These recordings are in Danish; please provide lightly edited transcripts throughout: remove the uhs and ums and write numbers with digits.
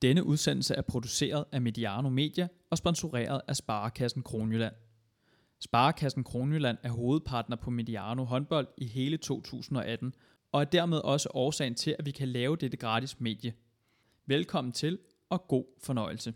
Denne udsendelse er produceret af Mediano Media og sponsoreret af Sparekassen Kronjylland. Sparekassen Kronjylland er hovedpartner på Mediano håndbold i hele 2018, og er dermed også årsagen til, at vi kan lave dette gratis medie. Velkommen til, og god fornøjelse.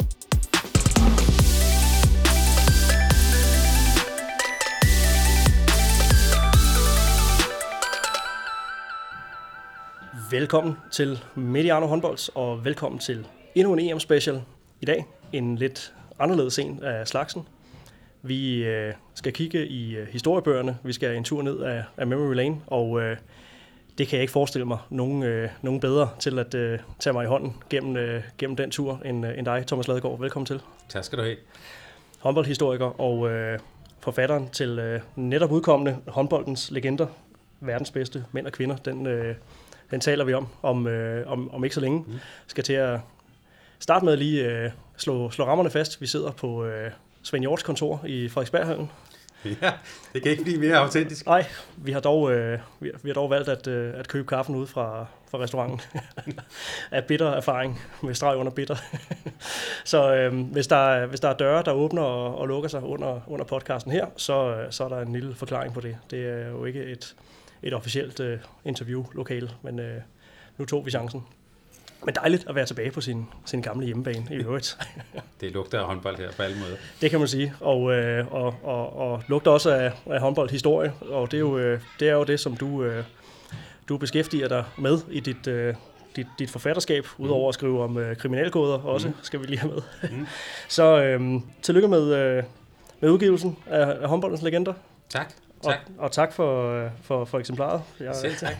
Velkommen til Mediano håndbold, og velkommen til endnu en EM-special i dag. En lidt anderledes en af slagsen. Vi skal kigge i historiebøgerne. Vi skal en tur ned af Memory Lane, og det kan jeg ikke forestille mig nogen bedre til at tage mig i hånden gennem den tur end dig, Thomas Ladegaard. Velkommen til. Tak skal du have. Håndboldhistoriker og forfatteren til netop udkommende håndboldens legender, verdens bedste mænd og kvinder. Den taler vi om ikke så længe. Skal til at starte med at lige slå rammerne fast. Vi sidder på Svend Hjorts kontor i Frederiksberghallen. Ja, det kan ikke blive mere autentisk. Nej, vi har dog valgt at købe kaffen ude fra restauranten af bitter erfaring, med streg under bitter. Så hvis der er døre, der åbner og lukker sig under podcasten her, så er der en lille forklaring på det. Det er jo ikke et officielt interviewlokale, men nu tog vi chancen. Men dejligt at være tilbage på sin gamle hjemmebane i øvrigt. Det lugter af håndbold her på alle måder. Det kan man sige, og lugter også af håndboldhistorie, og det er jo det, som du beskæftiger dig med i dit forfatterskab, udover at skrive om kriminalgåder også, skal vi lige have med. Så tillykke med udgivelsen af håndboldens legender. Tak. Og tak for eksemplaret. Selv tak.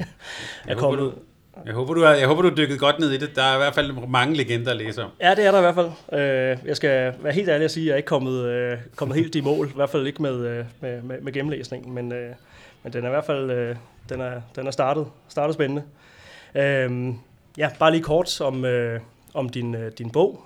Jeg håber, du dykkede godt ned i det. Der er i hvert fald mange legender at læse om. Ja, det er der i hvert fald. Jeg skal være helt ærlig at sige, at jeg er ikke kommet helt i mål. I hvert fald ikke med gennemlæsningen. Men den er i hvert fald den er startet spændende. Ja, bare lige kort om din bog.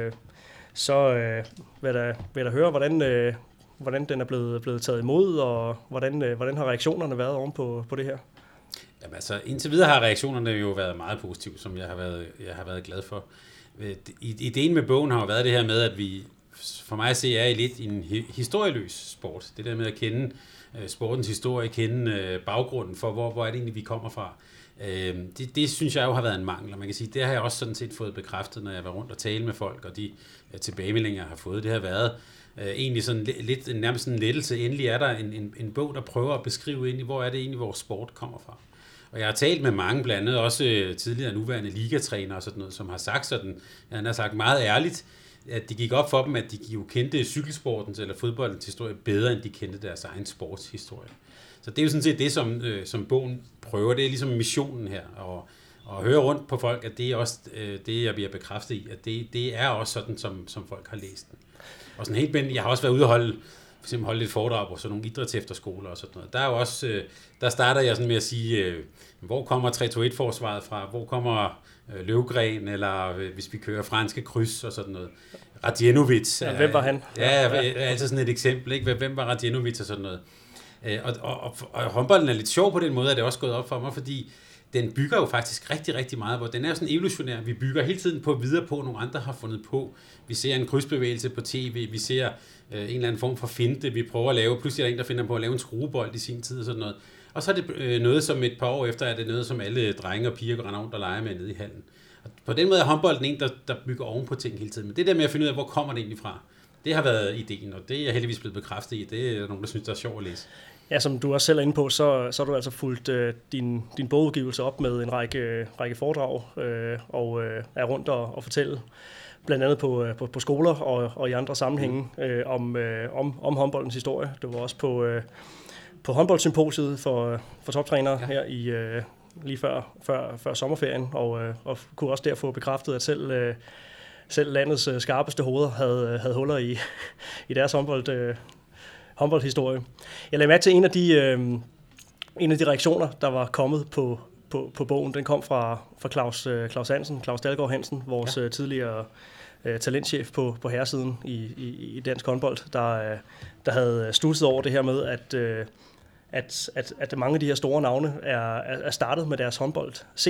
Så vil jeg høre, hvordan den er blevet taget imod, og hvordan har reaktionerne været oven på det her? Jamen altså, indtil videre har reaktionerne jo været meget positive, som jeg har været glad for. Ideen med bogen har jo været det her med, at vi for mig at se er i lidt en historieløs sport. Det der med at kende sportens historie, kende baggrunden for, hvor er det egentlig, vi kommer fra. Det synes jeg jo har været en mangel, og man kan sige, det har jeg også sådan set fået bekræftet, når jeg var rundt og tale med folk, og de tilbagemeldinger, jeg har fået. Det har været egentlig sådan lidt nærmest en lettelse. Endelig er der en bog, der prøver at beskrive egentlig, hvor er det egentlig, vores sport kommer fra. Og jeg har talt med mange, blandt andet også tidligere nuværende ligatræner og sådan noget, som har sagt sådan, han har sagt meget ærligt, at det gik op for dem, at de jo kendte cykelsportens eller fodboldens historie bedre, end de kendte deres egen sportshistorie. Så det er jo sådan set det, som bogen prøver. Det er ligesom missionen her, og høre rundt på folk, at det er også det, jeg bliver bekræftet i, at det er også sådan, som folk har læst den. Og sådan helt jeg har også været ude og holde et foredrag på sådan nogle idrætsefterskoler og sådan noget. Der er jo også, der starter jeg sådan med at sige, hvor kommer 3-2-1-forsvaret fra? Hvor kommer Løvgren, eller hvis vi kører franske kryds og sådan noget. Radjenovic. Ja, hvem var han? Ja, altså sådan et eksempel, ikke? Hvem var Radjenovic og sådan noget. Og håndbolden er lidt sjov på den måde, at det også gået op for mig, fordi den bygger jo faktisk rigtig, rigtig meget, hvor den er sådan evolutionær. Vi bygger hele tiden videre på, nogle andre har fundet på. Vi ser en krydsbevægelse på tv, vi ser en eller anden form for finte, vi prøver at lave. Pludselig er der en, der finder på at lave en skruebold i sin tid og sådan noget. Og så er det noget, som et par år efter, er det noget, som alle drenge og piger går rundt og leger med nede i hallen. Og på den måde er håndbolden en, der bygger oven på ting hele tiden. Men det der med at finde ud af, hvor kommer det egentlig fra, det har været ideen, og det er jeg heldigvis blevet bekræftet i. Det er nogen, der synes, det er sjovt at læse. Ja, som du også selv er inde på, så har du altså fulgt din bogudgivelse op med en række foredrag og er rundt og fortælle, blandt andet på skoler og i andre sammenhænge om håndboldens historie. Du var også på håndboldsymposiet for toptrænere her i lige før sommerferien, og kunne også der få bekræftet, at selv landets skarpeste hoveder havde huller i deres håndboldhistorie. Jeg lagde mærke til en af de reaktioner, der var kommet på bogen. Den kom fra Claus Dalgaard Hansen, vores tidligere talentchef på herresiden i dansk håndbold, der havde studset over det her med, at mange af de her store navne er startet med deres håndbold sent.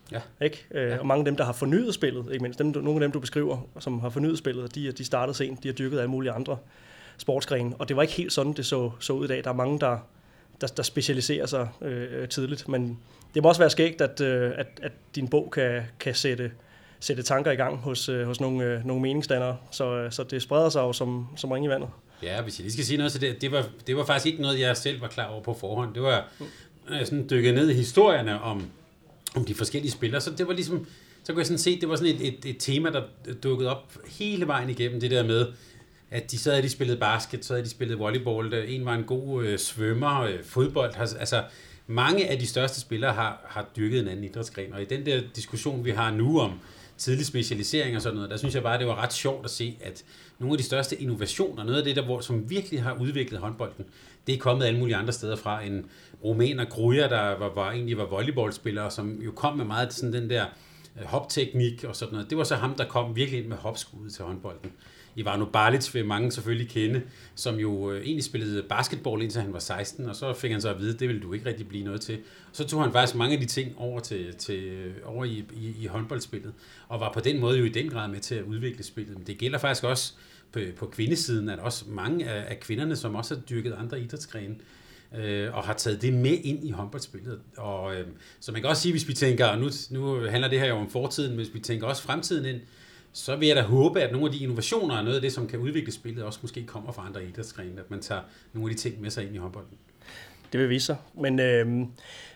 Ja. Ikke? Og mange af dem, der har fornyet spillet, ikke mindst nogle af dem, du beskriver, som har fornyet spillet, de startede sent, de har dyrket alle mulige andre sportsgrene, og det var ikke helt sådan, det så ud i dag. Der er mange, der specialiserer sig tidligt, men det må også være skægt, at din bog kan sætte tanker i gang hos nogle meningsdannere, så det spreder sig jo som ring i vandet. Ja, hvis jeg lige skal sige noget til det var faktisk ikke noget, jeg selv var klar over på forhånd. Det var sådan dykket ned i historierne om de forskellige spillere, så det var ligesom, så kunne jeg sådan se, det var sådan et tema, der dukkede op hele vejen igennem det der med, at så havde de spillet basket, så havde de spillet volleyball, en var en god svømmer, fodbold, altså mange af de største spillere har dyrket en anden idrætsgren, og i den der diskussion, vi har nu om tidlig specialisering og sådan noget, der synes jeg bare, det var ret sjovt at se, at nogle af de største innovationer, noget af det, som virkelig har udviklet håndbolden, det er kommet alle mulige andre steder fra. En rumæner, Gruja, der egentlig var volleyballspiller, som jo kom med meget sådan den der hopteknik og sådan noget. Det var så ham, der kom virkelig ind med hopskuddet til håndbolden. Ivano Balic vil mange selvfølgelig kende, som jo egentlig spillede basketball indtil han var 16, og så fik han så at vide, det ville du ikke rigtig blive noget til. Så tog han faktisk mange af de ting over i håndboldspillet, og var på den måde jo i den grad med til at udvikle spillet. Men det gælder faktisk også på kvindesiden, at også mange af kvinderne, som også har dyrket andre idrætsgrene, og har taget det med ind i håndboldspillet. Og så man kan også sige, hvis vi tænker, og nu handler det her jo om fortiden, men hvis vi tænker også fremtiden ind, så vil jeg da håbe, at nogle af de innovationer og noget af det, som kan udvikle spillet, også måske kommer fra andre idrætsgrene, at man tager nogle af de ting med sig ind i håndbolden. Det vil vise sig. Men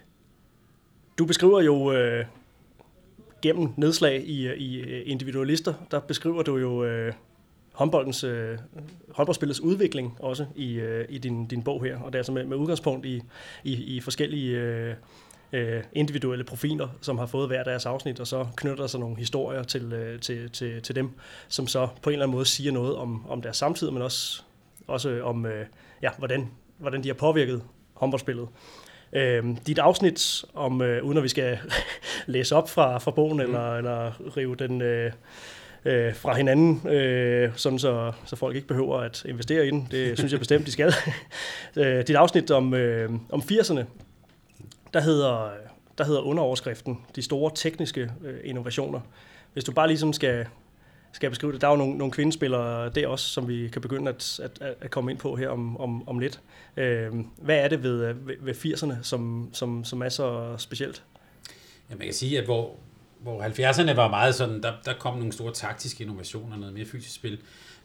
du beskriver jo gennem nedslag i individualister, der beskriver du jo håndboldspillets udvikling også i din bog her, og det er altså med udgangspunkt i forskellige individuelle profiler, som har fået hver deres afsnit, og så knytter der sig nogle historier til dem, som så på en eller anden måde siger noget om deres samtid, men også om hvordan de har påvirket håndboldspillet. Dit afsnit om, uden at vi skal læse op fra bogen, eller rive den fra hinanden, sådan så folk ikke behøver at investere i den, det synes jeg bestemt, de skal. Dit afsnit om 80'erne, der hedder underoverskriften de store tekniske innovationer. Hvis du bare ligesom skal beskrive det, der er jo nogle kvindespillere der også, som vi kan begynde at komme ind på her om lidt. Hvad er det ved 80'erne, som er så specielt? Ja, man kan sige, at hvor 70'erne var meget sådan, der kom nogle store taktiske innovationer, noget mere fysisk spil,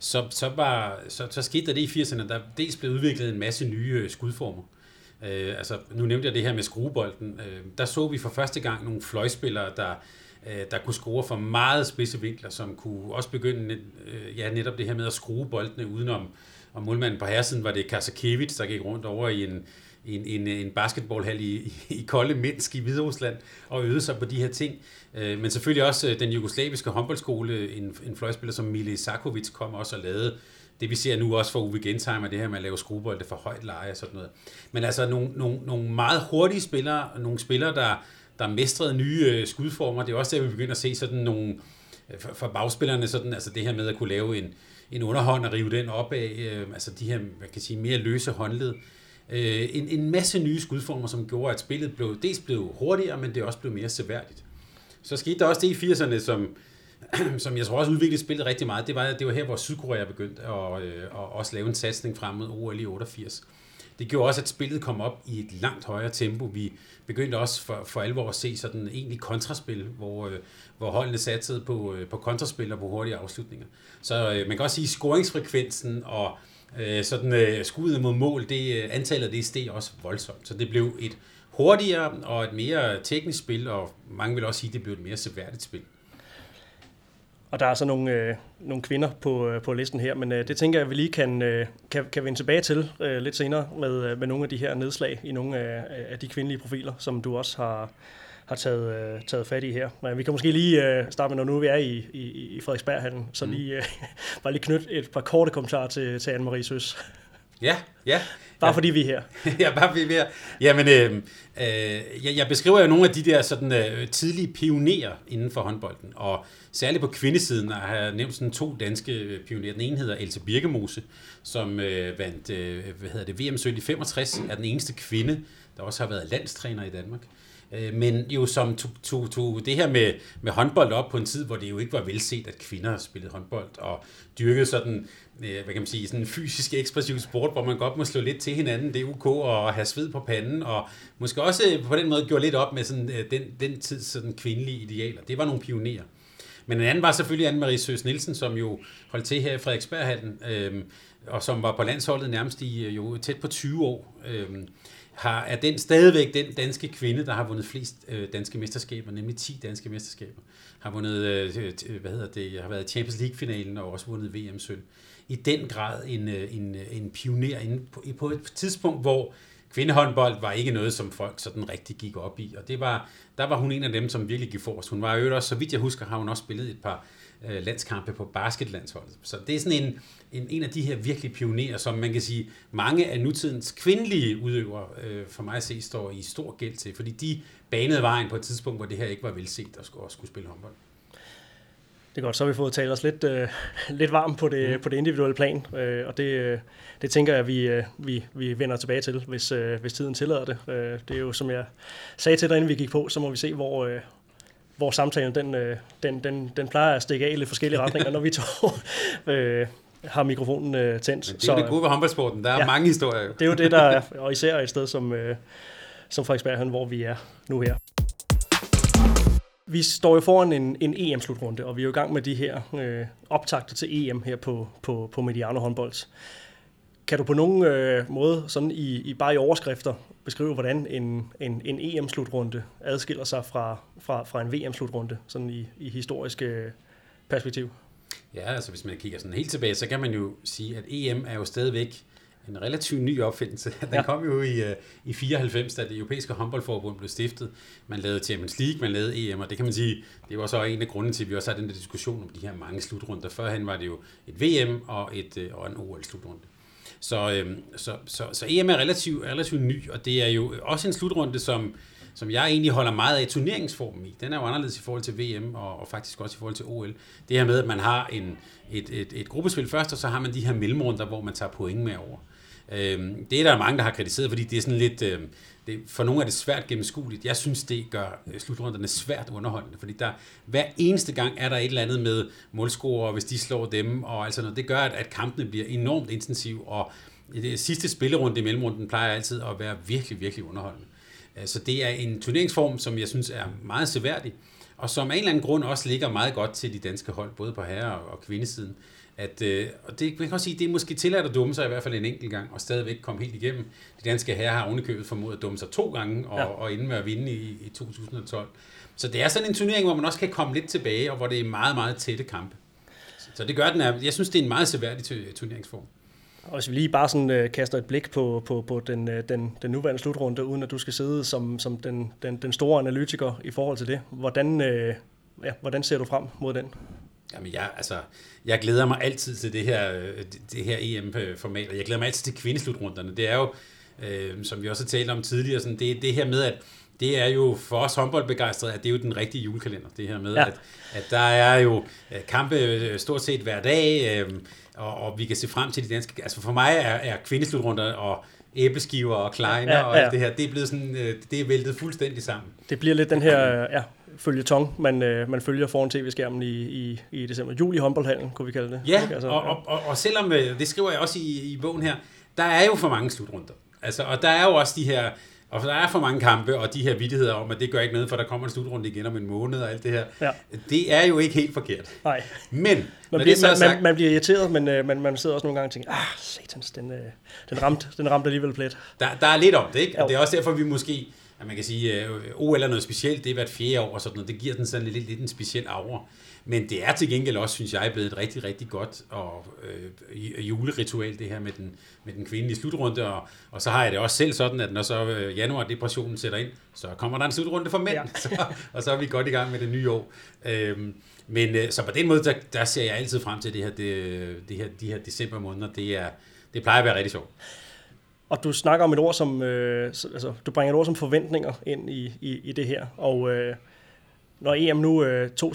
så skete der det i 80'erne, der dels blev udviklet en masse nye skudformer. Nu nævnte jeg det her med skruebolden. Der så vi for første gang nogle fløjspillere, der kunne score for meget spidse vinkler, som kunne også begynde netop det her med at skrue boldene udenom. Og målmanden på herresiden var det Kasakevich, der gik rundt over i en basketballhal i kolde Minsk i Hviderusland og øvede sig på de her ting. Men selvfølgelig også den jugoslaviske håndboldskole, en fløjspiller som Mile Isakovic kom også og lavede det vi ser nu også for Uwe Gentheimer, det her med at lave skruebolde for højt leje og sådan noget. Men altså nogle meget hurtige spillere, nogle spillere, der mestrede nye skudformer. Det er også der, vi begynder at se sådan nogle, for bagspillerne, sådan, altså det her med at kunne lave en underhånd og rive den op af, altså de her, man kan sige, mere løse håndled. En masse nye skudformer, som gjorde, at spillet blev hurtigere, men det også blev mere seværdigt. Så skete der også det i 80'erne, som jeg tror også udviklede spillet rigtig meget. Det var her, hvor Sydkorea begyndte at også lave en satsning frem mod OL i 88. Det gjorde også, at spillet kom op i et langt højere tempo. Vi begyndte også for alvor at se sådan egentlig kontraspil, hvor holdene satsede på kontraspil og på hurtige afslutninger. Så man kan også sige, at scoringsfrekvensen og skuddet mod mål, antallet af det steg også voldsomt. Så det blev et hurtigere og et mere teknisk spil, og mange vil også sige, at det blev et mere seværdigt spil. Og der er så nogle kvinder på listen her, men det tænker jeg, vi lige kan vende tilbage til lidt senere med nogle af de her nedslag i nogle af de kvindelige profiler, som du også har taget fat i her. Men vi kan måske lige starte med, når nu vi er i Frederiksberghallen, så bare lige knytte et par korte kommentarer til Anne-Marie Søs. Ja. Bare fordi vi er her. Ja, bare fordi vi er her. Jamen, jeg beskriver jo nogle af de der sådan tidlige pionerer inden for håndbolden, og særligt på kvindesiden har jeg nævnt sådan 2 danske pionerer. Den ene hedder Else Birkemose, som vandt VM-sølv i 65, er den eneste kvinde, der også har været landstræner i Danmark. men jo som tog det her med håndbold op på en tid, hvor det jo ikke var velset, at kvinder spillede håndbold, og dyrkede sådan, hvad kan man sige, sådan en fysisk ekspressiv sport, hvor man godt må slå lidt til hinanden, det er UK, og have sved på panden, og måske også på den måde gjorde lidt op med sådan, den tids sådan kvindelige idealer. Det var nogle pionerer. Men en anden var selvfølgelig Anne-Marie Søs Nielsen, som jo holdt til her i Frederiksberghallen, og som var på landsholdet nærmest i jo tæt på 20 år. Er den stadigvæk den danske kvinde, der har vundet flest danske mesterskaber, nemlig 10 danske mesterskaber. Har vundet, har været Champions League-finalen og også vundet VM-sølv. I den grad en pioner på et tidspunkt, hvor kvindehåndbold var ikke noget, som folk sådan rigtig gik op i, og der var hun en af dem, som virkelig gik forrest. Hun var jo også, så vidt jeg husker, har hun også spillet et par landskampe på basketlandsholdet. Så det er sådan en af de her virkelig pionerer, som man kan sige, mange af nutidens kvindelige udøvere, for mig at se, står i stor gæld til, fordi de banede vejen på et tidspunkt, hvor det her ikke var velset at skulle spille håndbold. Det er godt, så har vi fået talt os lidt varmt på det individuelle plan, og det tænker jeg, vi vender tilbage til, hvis tiden tillader det. Det er jo, som jeg sagde til dig, inden vi gik på, så må vi se, hvor samtalen den plejer at stikke af i lidt forskellige retninger, når vi to har mikrofonen tændt. Men det er jo det gode ved håndboldsporten, der er mange historier. Det er jo det, der er, og især et sted som Frederiksberg, hvor vi er nu her. Vi står jo foran en EM-slutrunde, og vi er jo i gang med de her optakter til EM her på Mediano Håndbold. Kan du på nogen måde, sådan bare i overskrifter, beskrive, hvordan en EM-slutrunde adskiller sig fra en VM-slutrunde, sådan i historisk perspektiv? Ja, altså hvis man kigger sådan helt tilbage, så kan man jo sige, at EM er jo stadigvæk en relativt ny opfindelse. Den kom jo i 94, da det europæiske håndboldforbund blev stiftet. Man lavede Champions League, man lavede EM, og det kan man sige, det var så en af grunden til, at vi også har den der diskussion om de her mange slutrunder. Førhen var det jo et VM og en OL-slutrunde. Så EM er relativt ny, og det er jo også en slutrunde, som jeg egentlig holder meget af turneringsformen i. Den er jo anderledes i forhold til VM, og faktisk også i forhold til OL. Det her med, at man har et gruppespil først, og så har man de her mellemrunder, hvor man tager point med over. Det er der mange, der har kritiseret, fordi det er sådan lidt, for nogle er det svært gennemskueligt. Jeg synes, det gør slutrunderne svært underholdende, fordi hver eneste gang er der et eller andet med målscorer, hvis de slår dem, og altså noget. Det gør, at kampene bliver enormt intensive, og det sidste spillerunde i mellemrunden plejer altid at være virkelig, virkelig underholdende. Så det er en turneringsform, som jeg synes er meget seværdig, og som af en eller anden grund også ligger meget godt til de danske hold, både på herre- og kvindesiden. Og det man kan også sige, det er måske tilladt at dumme sig i hvert fald en enkelt gang, og stadigvæk komme helt igennem. De danske herrer har ovenikøbet formået at dumme sig 2 gange, og ende med at vinde i 2012. Så det er sådan en turnering, hvor man også kan komme lidt tilbage, og hvor det er meget, meget tætte kampe. Så det gør jeg synes, det er en meget seværdig turneringsform. Og hvis vi lige bare sådan kaster et blik på den nuværende slutrunde, uden at du skal sidde som den store analytiker i forhold til det, hvordan ser du frem mod den? Jamen jeg glæder mig altid til det her EM-format, og jeg glæder mig altid til kvindeslutrunderne. Det er jo, som vi også har talt om tidligere, sådan det her med, at det er jo for os håndboldbegejstrede, at det er jo den rigtige julekalender. Det her med, at der er jo kampe stort set hver dag, og vi kan se frem til de danske. Altså for mig er kvindeslutrunderne og æbleskiver og kleiner og alt det her, det er blevet sådan, det er væltet fuldstændig sammen. Det bliver lidt den her føljeton, man følger foran tv-skærmen i december. Jul i håndboldhallen, kunne vi kalde det. Ja, altså, og selvom, det skriver jeg også i bogen her, der er jo for mange slutrunder. Altså, og der er jo også de her, og der er for mange kampe, og de her vittigheder om, at det gør ikke noget, for der kommer en slutrunde igen om en måned og alt det her. Ja. Det er jo ikke helt forkert. Nej. Men man bliver irriteret, men man sidder også nogle gange og tænker, satans, den ramte alligevel plet. Der er lidt om det, ikke? Og det er også derfor, vi måske, at man kan sige, OL er noget specielt, det er hvert 4. år og sådan noget, det giver den sådan lidt en speciel aura. Men det er til gengæld også, synes jeg, blevet et rigtig, rigtig godt og juleritual, det her med den kvindelige slutrunde. Og så har jeg det også selv sådan, at når så januar-depressionen sætter ind, så kommer der en slutrunde for mænd, og så er vi godt i gang med det nye år. Men så på den måde, der ser jeg altid frem til de her december måneder. Det plejer at være rigtig sjovt. Og du snakker om et ord som, du bringer et ord som forventninger ind i det her, og når EM nu tog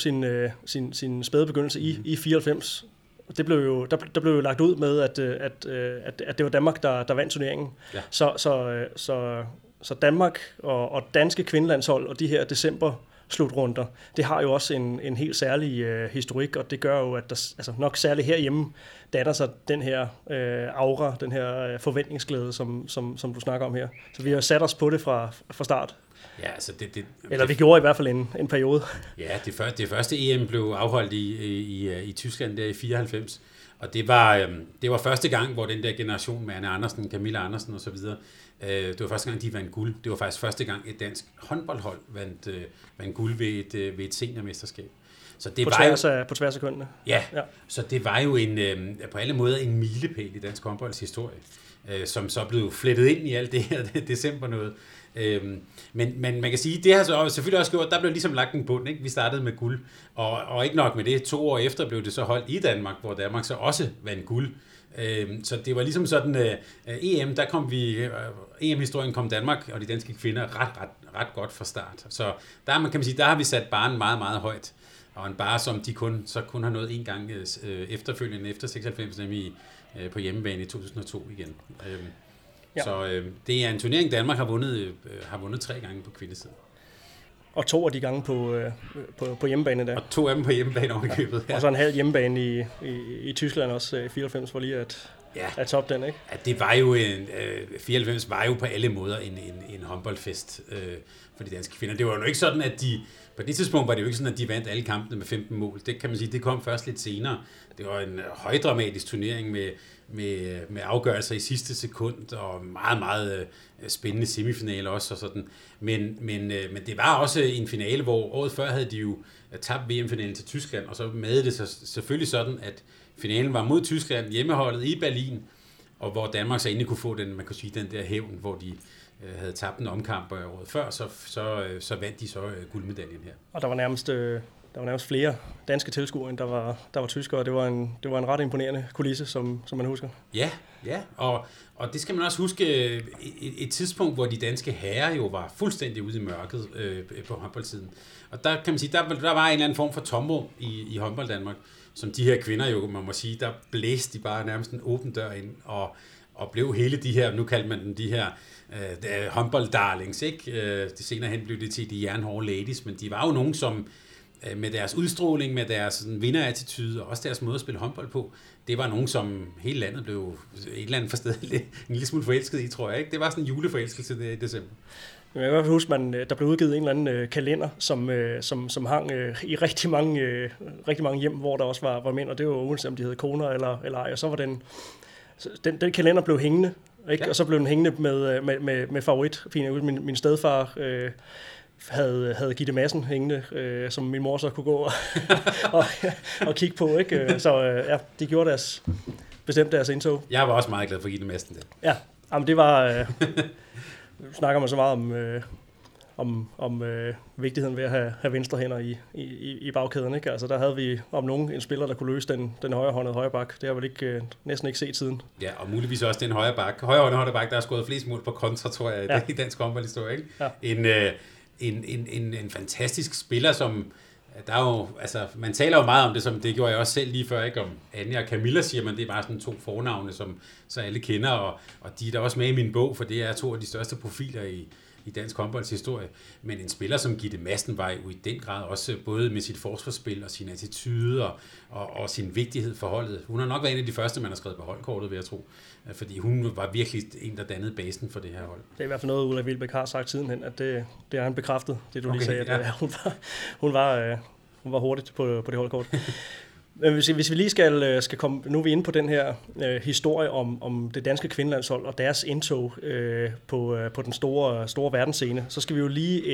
sin spæde begyndelse i 94, der blev jo lagt ud med, at det var Danmark, der vandt turneringen. Ja. så Danmark og danske kvindelandshold og de her december-slutrunder, det har jo også en helt særlig historik, og det gør jo, at der altså nok særligt herhjemme danner sig den her aura, den her forventningsglæde, som du snakker om her. Så vi har sat os på det fra start. Ja, altså Eller vi gjorde i hvert fald en periode. Ja, det første EM blev afholdt i Tyskland der i 94, og det var første gang, hvor den der generation med Anne Andersen, Camilla Andersen og så videre, det var første gang, de vandt guld. Det var faktisk første gang, et dansk håndboldhold vandt guld ved et seniormesterskab. Så det på tværs af kønnene. Ja, så det var jo på alle måder en milepæl i dansk håndbolds historie, som så blev flettet ind i alt det her december noget. Men man kan sige, det har så selvfølgelig også gjort, der blev ligesom lagt en bund, ikke? Vi startede med guld, og ikke nok med det, 2 år efter blev det så holdt i Danmark, hvor Danmark så også vandt guld. Så det var ligesom sådan, EM, der kom EM-historien kom Danmark og de danske kvinder ret godt fra start. Så der kan man sige, der har vi sat barren meget, meget højt, og en barre, som de kun har nået en gang efterfølgende efter 96, nemlig på hjemmebane i 2002 igen. Ja. Så det er en turnering, Danmark har vundet 3 gange på kvindesiden. Og 2 af de gange på hjemmebane der. Og 2 af dem på hjemmebane overkøbet. Ja. Og så en halv hjemmebane i Tyskland også, 94 for lige at toppe den, ikke? Ja, det var jo 94 var jo på alle måder en håndboldfest for de danske kvinder. Det var jo ikke sådan, at på det tidspunkt var det jo ikke sådan, at de vandt alle kampene med 15 mål. Det kan man sige, det kom først lidt senere. Det var en højdramatisk turnering med afgørelser i sidste sekund og meget, meget spændende semifinaler også og sådan. Men det var også en finale, hvor året før havde de jo tabt VM-finalen til Tyskland, og så med det selvfølgelig sådan, at finalen var mod Tyskland, hjemmeholdet i Berlin, og hvor Danmark så endelig kunne få den der hævn, hvor de havde tabt en omkamp året før, så vandt de så guldmedaljen her. Og der var nærmest flere danske tilskuere, end der var tyskere, og det var en ret imponerende kulisse, som man husker. Ja, og det skal man også huske, et tidspunkt, hvor de danske herrer jo var fuldstændig ude i mørket på håndboldsiden. Og der kan man sige, der var en eller anden form for tomrum i håndbold Danmark, som de her kvinder jo, man må sige, der blæste de bare nærmest en åben dør ind, og blev hele de her, nu kaldte man dem de her håndbolddarlings, ikke? Det senere hen blev det til de jernhårde ladies, men de var jo nogen, som med deres udstråling, med deres sådan, vinderattitude og også deres måde at spille håndbold på, det var nogen, som hele landet blev et eller andet forsted en lille smule forelsket i, tror jeg. Ikke? Det var sådan en juleforelskelse der i december. Jeg kan i hvert fald huske, at der blev udgivet en eller anden kalender, som hang i rigtig mange hjem, hvor der også var mænd, og det var uanset om de hed koner eller ej, og så var den kalender blev hængende, ikke? Ja. Og så blev den hængende med favorit. Min stedfar havde Gitte Madsen hængende, som min mor så kunne gå og kigge på, ikke? Så de gjorde bestemt deres indtog. Jeg var også meget glad for Gitte Madsen. Ja, men det var snakker man så meget om vigtigheden ved at have venstre hænder i bagkæden, ikke? Altså der havde vi om nogen en spiller, der kunne løse den højrehåndede højreback. Det har vel næsten ikke set siden. Ja, og muligvis også den højrehåndede højreback, der har skåret flest mål på kontra, tror jeg, i dansk håndboldhistorie, ikke? Ja. En fantastisk spiller, som der er jo, altså man taler jo meget om det, som det gjorde jeg også selv lige før, ikke, om Anja og Camilla, siger man, det er bare sådan 2 fornavne, som så alle kender, og de er da også med i min bog, for det er 2 af de største profiler i dansk håndbolds historie. Men en spiller som Gitte Madsen var jo i den grad også både med sit forsvarsspil og sin attitude og sin vigtighed for holdet. Hun har nok været en af de første, man har skrevet på holdkortet, vil jeg tro. Fordi hun var virkelig en, der dannede basen for det her hold. Det er i hvert fald noget, Ulla Wilbæk har sagt sidenhen, at det er han bekræftet, det du lige sagde, at hun var hurtigt på det holdkort. Men hvis vi lige skal komme, nu er vi inde på den her historie om det danske kvindelandshold og deres indtog på den store verdensscene, så skal vi jo lige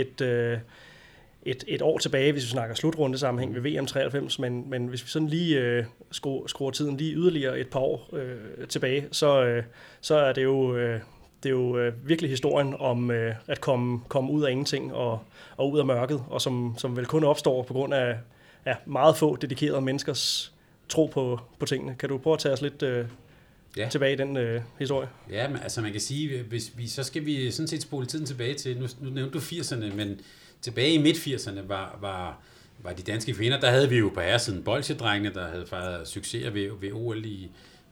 et år tilbage, hvis vi snakker slutrunde sammenhæng ved VM 93, men hvis vi sådan lige skruer tiden lige yderligere et par år tilbage, så er det jo virkelig historien om at komme ud af ingenting og ud af mørket, og som vel kun opstår på grund af meget få dedikerede menneskers tro på tingene. Kan du prøve at tage os lidt tilbage i den historie? Ja, men altså man kan sige, så skal vi sådan set spole tiden tilbage til, nu nævnte du 80'erne, men tilbage i midt-80'erne var de danske kvinder, der havde vi jo på herresiden bolsjedrengene, der havde fejret succeser ved OL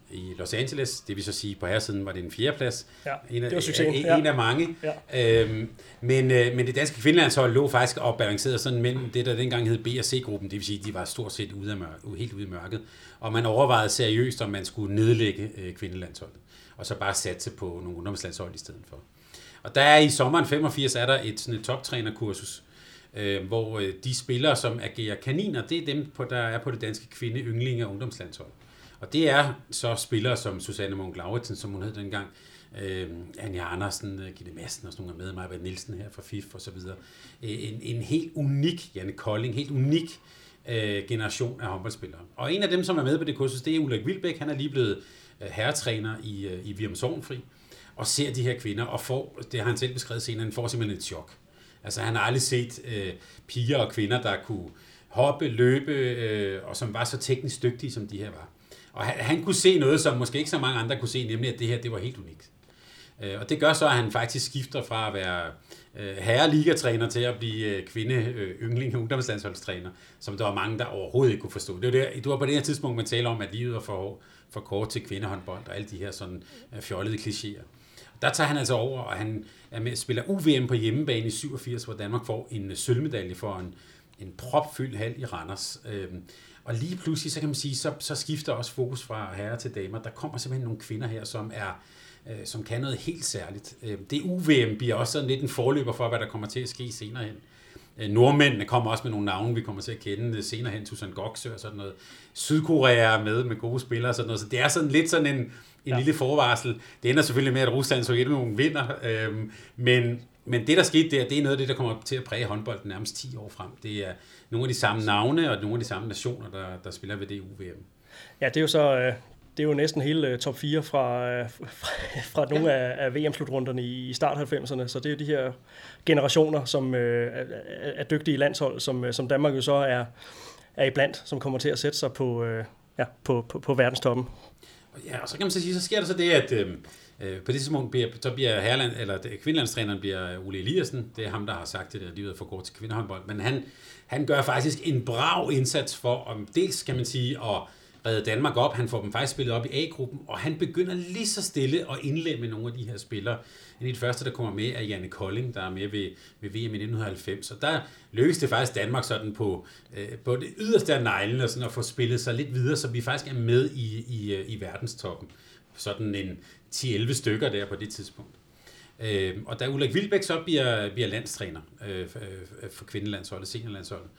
i Los Angeles. Det vil så sige, på herresiden var det en 4. plads. Ja, det var succesen. En af mange. Ja. Men det danske kvindelandshold lå faktisk og balancerede sådan mellem det, der dengang hed B- og C-gruppen. Det vil sige, de var stort set helt ude i mørket. Og man overvejede seriøst, om man skulle nedlægge kvindelandsholdet. Og så bare satse på nogle ungdomslandshold i stedet for. Og der er i sommeren 85, er der sådan et toptrænerkursus, hvor de spillere, som agerer kaniner, det er dem, der er på det danske kvinde-yndlinge- og ungdomslandshold. Og det er så spillere som Susanne Munk-Lauritsen, som hun hed dengang, Anja Andersen, Gitte Madsen og sådan nogle med, Maja Nielsen her fra FIF og så videre. En helt unik, Janne Kolding, helt unik generation af håndboldspillere. Og en af dem, som er med på det kursus, det er Ulrik Wilbæk. Han er lige blevet herretræner i Virum Sorgenfri, og ser de her kvinder, og får, det har han selv beskrevet senere, han får simpelthen et chok. Altså han har aldrig set piger og kvinder, der kunne hoppe, løbe, og som var så teknisk dygtige, som de her var. Og han kunne se noget, som måske ikke så mange andre kunne se, nemlig at det her, det var helt unikt. Og det gør så, at han faktisk skifter fra at være herre-ligatræner til at blive kvinde-yndling- og ungdomslandsholdstræner, som der var mange, der overhovedet ikke kunne forstå. Det var på det her tidspunkt, man taler om, at livet var for kort til kvindehåndbold, og alle de her sådan fjollede klichéer. Der tager han altså over, og han spiller UVM på hjemmebane i 87, hvor Danmark får en sølvmedalje for en propfyldt hal i Randers. Og lige pludselig, så kan man sige, så skifter også fokus fra herrer til damer. Der kommer simpelthen nogle kvinder her, som kan noget helt særligt. Det UVM bliver også sådan lidt en forløber for, hvad der kommer til at ske senere hen. Nordmændene kommer også med nogle navne, vi kommer til at kende senere hen, Susan Goksø og sådan noget. Sydkorea er med gode spillere og sådan noget. Så det er sådan lidt sådan en lille forvarsel. Det ender selvfølgelig med, at Rusland så nogle vinder. Men det, der skete der, det er noget af det, der kommer til at præge håndbolden nærmest 10 år frem. Det er nogle af de samme navne og nogle af de samme nationer, der spiller ved det UVM. Ja, det er jo så... Det er jo næsten hele top 4 fra nogle af VM-slutrunderne i start 90'erne, så det er jo de her generationer, som er dygtige landshold, som Danmark jo så er iblandt, som kommer til at sætte sig på verdenstoppen. Ja, og så kan man så sige, så sker der så det, at på det tidspunkt bliver kvindelandstræneren bliver Ole Eliassen. Det er ham, der har sagt det, at livet er for kort til kvindehåndbold, men han gør faktisk en brav indsats for, dels kan man sige, at redde Danmark op. Han får dem faktisk spillet op i A-gruppen, og han begynder lige så stille at indlemme nogle af de her spillere. En af de første, der kommer med, er Janne Kolding, der er med ved VM i 1990. Og der lykkes det faktisk Danmark sådan på det yderste af neglen og sådan at få spillet sig lidt videre, så vi faktisk er med i verdenstoppen. Sådan en 10-11 stykker der på det tidspunkt. Og da Ulrik Wilbæk så bliver landstræner for kvindelandsholdet, seniorlandsholdet,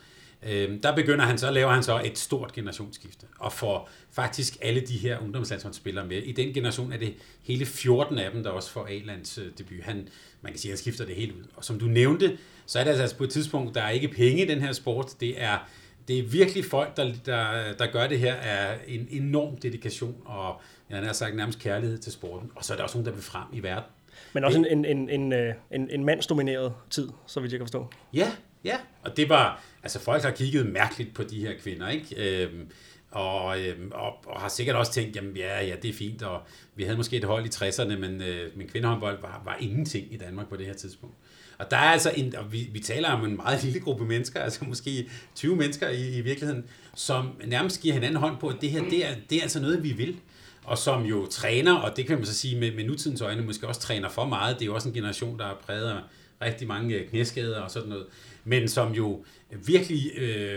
der laver han så et stort generationsskifte, og får faktisk alle de her ungdomslandsholdsspillere med. I den generation er det hele 14 af dem, der også får A-lands debut. Man kan sige, at han skifter det helt ud. Og som du nævnte, så er det altså på et tidspunkt, der er ikke penge i den her sport. Det er virkelig folk, der gør det her af en enorm dedikation, og jeg har sagt nærmest kærlighed til sporten. Og så er der også nogen, der vil frem i verden. Men også en mandsdomineret tid, så vidt jeg kan forstå. Ja, og det var, altså folk har kigget mærkeligt på de her kvinder, ikke? Og har sikkert også tænkt, jamen ja, det er fint, og vi havde måske et hold i 60'erne, men kvindehåndbold var ingenting i Danmark på det her tidspunkt. Og der er altså vi taler om en meget lille gruppe mennesker, altså måske 20 mennesker i virkeligheden, som nærmest giver hinanden hånd på, at det her, det er altså noget, vi vil. Og som jo træner, og det kan man så sige med nutidens øjne, måske også træner for meget. Det er jo også en generation, der er præget af rigtig mange knæskader og sådan noget, men som jo virkelig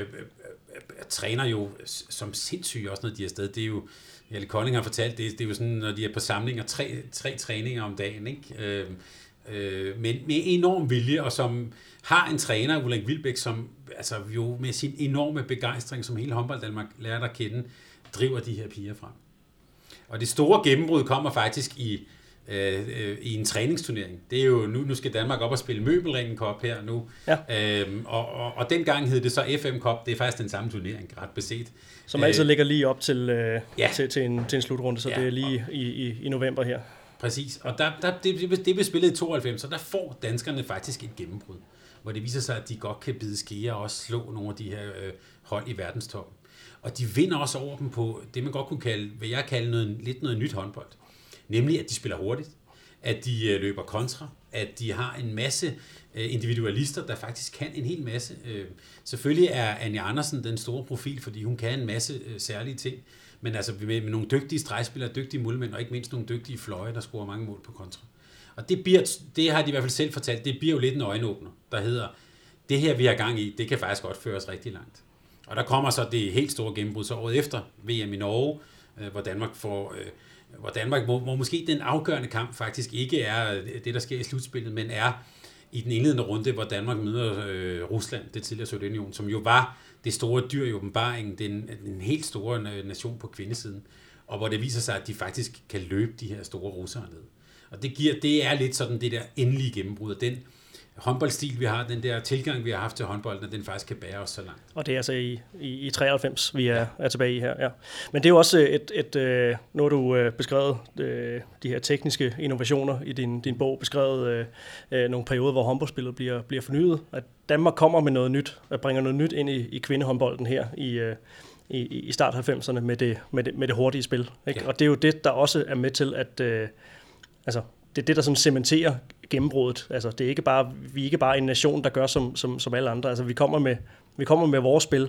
træner jo som sindssyge også, når de er afsted. Det er jo, Janne Kolding har fortalt, det er jo sådan, når de er på samlinger, tre træninger om dagen, ikke? Men med enorm vilje, og som har en træner, Ulrik Wilbæk, som altså jo med sin enorme begejstring, som hele håndbold Danmark lærer at kende, driver de her piger frem. Og det store gennembrud kommer faktisk i en træningsturnering. Det er jo, nu skal Danmark op og spille Møbelringen Cup her nu. Ja. Og dengang hed det så FM Cup. Det er faktisk den samme turnering, ret beset. Som altid ligger lige op til en slutrunde, så det er lige i november her. Præcis. Og det blev spillet i 92, så der får danskerne faktisk et gennembrud, hvor det viser sig, at de godt kan bide skeer og også slå nogle af de her hold i verdenstoppen. Og de vinder også over dem på det, man godt kunne kalde, hvad jeg kalder noget nyt håndbold. Nemlig, at de spiller hurtigt. at de løber kontra, at de har en masse individualister, der faktisk kan en hel masse. Selvfølgelig er Anja Andersen den store profil, fordi hun kan en masse særlige ting, men altså med nogle dygtige stregspillere, dygtige målmænd, og ikke mindst nogle dygtige fløje, der scorer mange mål på kontra. Og det har de i hvert fald selv fortalt, det bliver jo lidt en øjenåbner, der hedder, det her vi har gang i, det kan faktisk godt føre os rigtig langt. Og der kommer så det helt store gennembrud så året efter VM i Norge, hvor Danmark hvor måske den afgørende kamp faktisk ikke er det, der sker i slutspillet, men er i den indledende runde, hvor Danmark møder Rusland, det tidligere Sovjetunionen, som jo var det store dyr i åbenbaringen, den helt store nation på kvindesiden, og hvor det viser sig, at de faktisk kan løbe de her store russere ned. Og det er lidt sådan det der endelige gennembrud, og den håndboldstil, vi har, den der tilgang, vi har haft til håndbolden, at den faktisk kan bære os så langt. Og det er altså i 93, vi er tilbage i her. Ja. Men det er jo også nu har du beskrevet de her tekniske innovationer i din bog, beskrevet nogle perioder, hvor håndboldspillet bliver fornyet. At Danmark kommer med noget nyt, at bringer noget nyt ind i kvindehåndbolden her i start 90'erne med det hurtige spil. Ikke? Ja. Og det er jo det, der også er med til at det er det, der sådan cementerer gennembruddet. Altså, vi er ikke bare en nation, der gør som alle andre. Altså, vi kommer med vores spil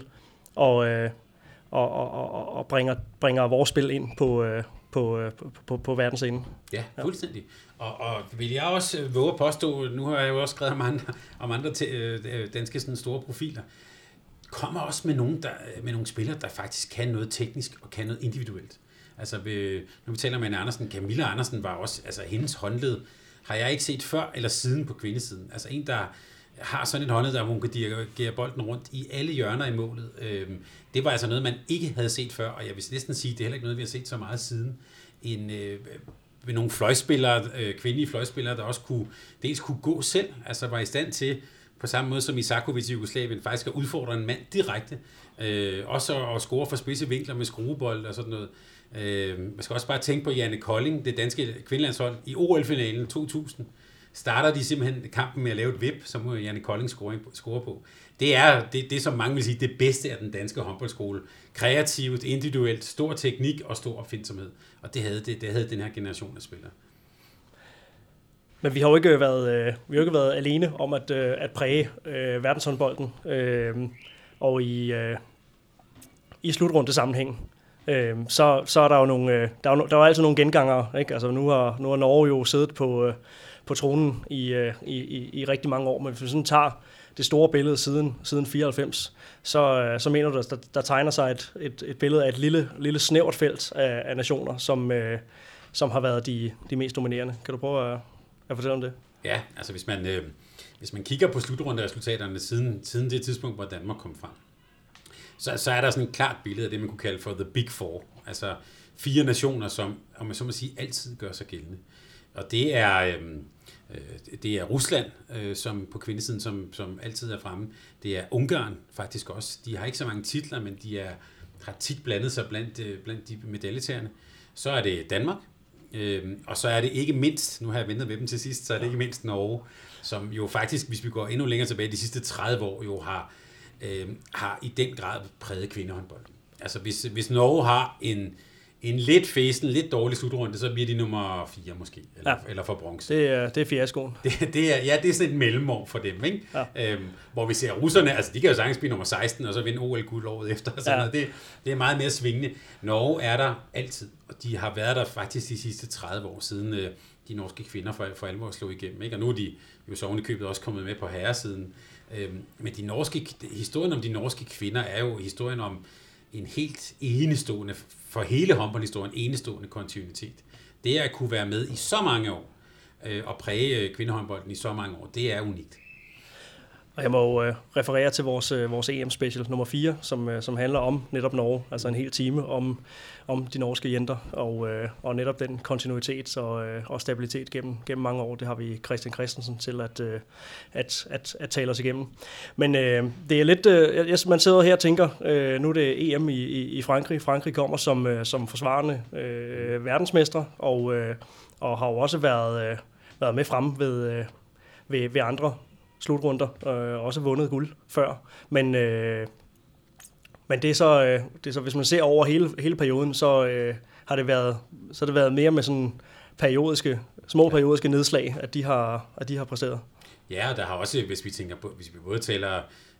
og bringer vores spil ind på verdensscenen. Ja, fuldstændig. Og vil jeg også våge at påstå, nu har jeg jo også skrevet om andre danske sådan store profiler, kommer også med nogle spillere, der faktisk kan noget teknisk og kan noget individuelt. Altså, når vi taler med Anne Andersen, Camilla Andersen var også, altså hendes håndled, har jeg ikke set før eller siden på kvindesiden. Altså en, der har sådan et håndled, der hun kan dirigere bolden rundt i alle hjørner i målet. Det var altså noget, man ikke havde set før, og jeg vil næsten sige, det er heller ikke noget, vi har set så meget siden. Nogle fløjspillere, kvindelige fløjspillere, der også kunne gå selv, altså var i stand til, på samme måde som Isakovic i Jugoslavien, faktisk at udfordre en mand direkte. Også at score fra spidse vinkler med skruebold og sådan noget. Man skal også bare tænke på Janne Kolding, det danske kvindelandshold, i OL-finalen 2000. Starter de simpelthen kampen med at lave et vip, så må Janne Kolding score på. Det er det, som mange vil sige, det bedste af den danske håndboldskole. Kreativt, individuelt, stor teknik og stor opfindsomhed. Og det havde den her generation af spillere. Men vi har jo ikke været alene om at præge verdenshåndbolden. Og i slutrunde sammenhæng, så er der jo der er altid nogle gengangere, ikke? Altså nu har Norge jo siddet på tronen i rigtig mange år, men hvis vi sådan tager det store billede siden 94, så mener du, at der tegner sig et billede af et lille snævert felt af nationer, som har været de mest dominerende. Kan du prøve at fortælle om det? Ja, altså hvis man kigger på slutrunderesultaterne siden det tidspunkt, hvor Danmark kom frem, så er der sådan et klart billede af det, man kunne kalde for The Big Four. Altså 4 nationer, som, om man så må sige, altid gør sig gældende. Og det er Rusland, som på kvindesiden, som altid er fremme. Det er Ungarn faktisk også. De har ikke så mange titler, men de har tit blandet sig blandt de medaljetagerne. Så er det Danmark, og så er det ikke mindst, nu har jeg ventet ved dem til sidst, så er det ikke mindst Norge, som jo faktisk, hvis vi går endnu længere tilbage, de sidste 30 år jo har i den grad præget kvindehåndbold. Altså hvis Norge har en lidt fæsen, lidt dårlig slutrunde, så bliver de nummer 4 måske, eller for bronze. Det er fiaskoen. Det er sådan et mellemår for dem, ikke? Ja. Hvor vi ser russerne, altså de kan jo sagtens blive nummer 16, og så vinde OL-guld året efter. Og sådan noget. Det er meget mere svingende. Norge er der altid, og de har været der faktisk de sidste 30 år siden de norske kvinder for alvor slog igennem, ikke? Og nu er de jo så ovenikøbet også kommet med på herresiden. Men historien om de norske kvinder er jo historien om en helt enestående, for hele håndboldhistorien, enestående kontinuitet. Det at kunne være med i så mange år, og præge kvindehåndbolden i så mange år, det er unikt. Og jeg må referere til vores EM-special nummer 4, som handler om netop Norge, altså en hel time om de norske jenter, og netop den kontinuitet og stabilitet gennem mange år. Det har vi Christian Christensen til at tale os igennem. Men det er lidt, man sidder her og tænker, nu er det EM i Frankrig. Frankrig kommer som forsvarende verdensmestre, og har jo også været med fremme ved andre slutrunder, også vundet guld før. Men det er så hvis man ser over hele perioden, så har det været mere med sådan små periodiske nedslag, at de har præsteret. Ja, og der har også, hvis vi både taler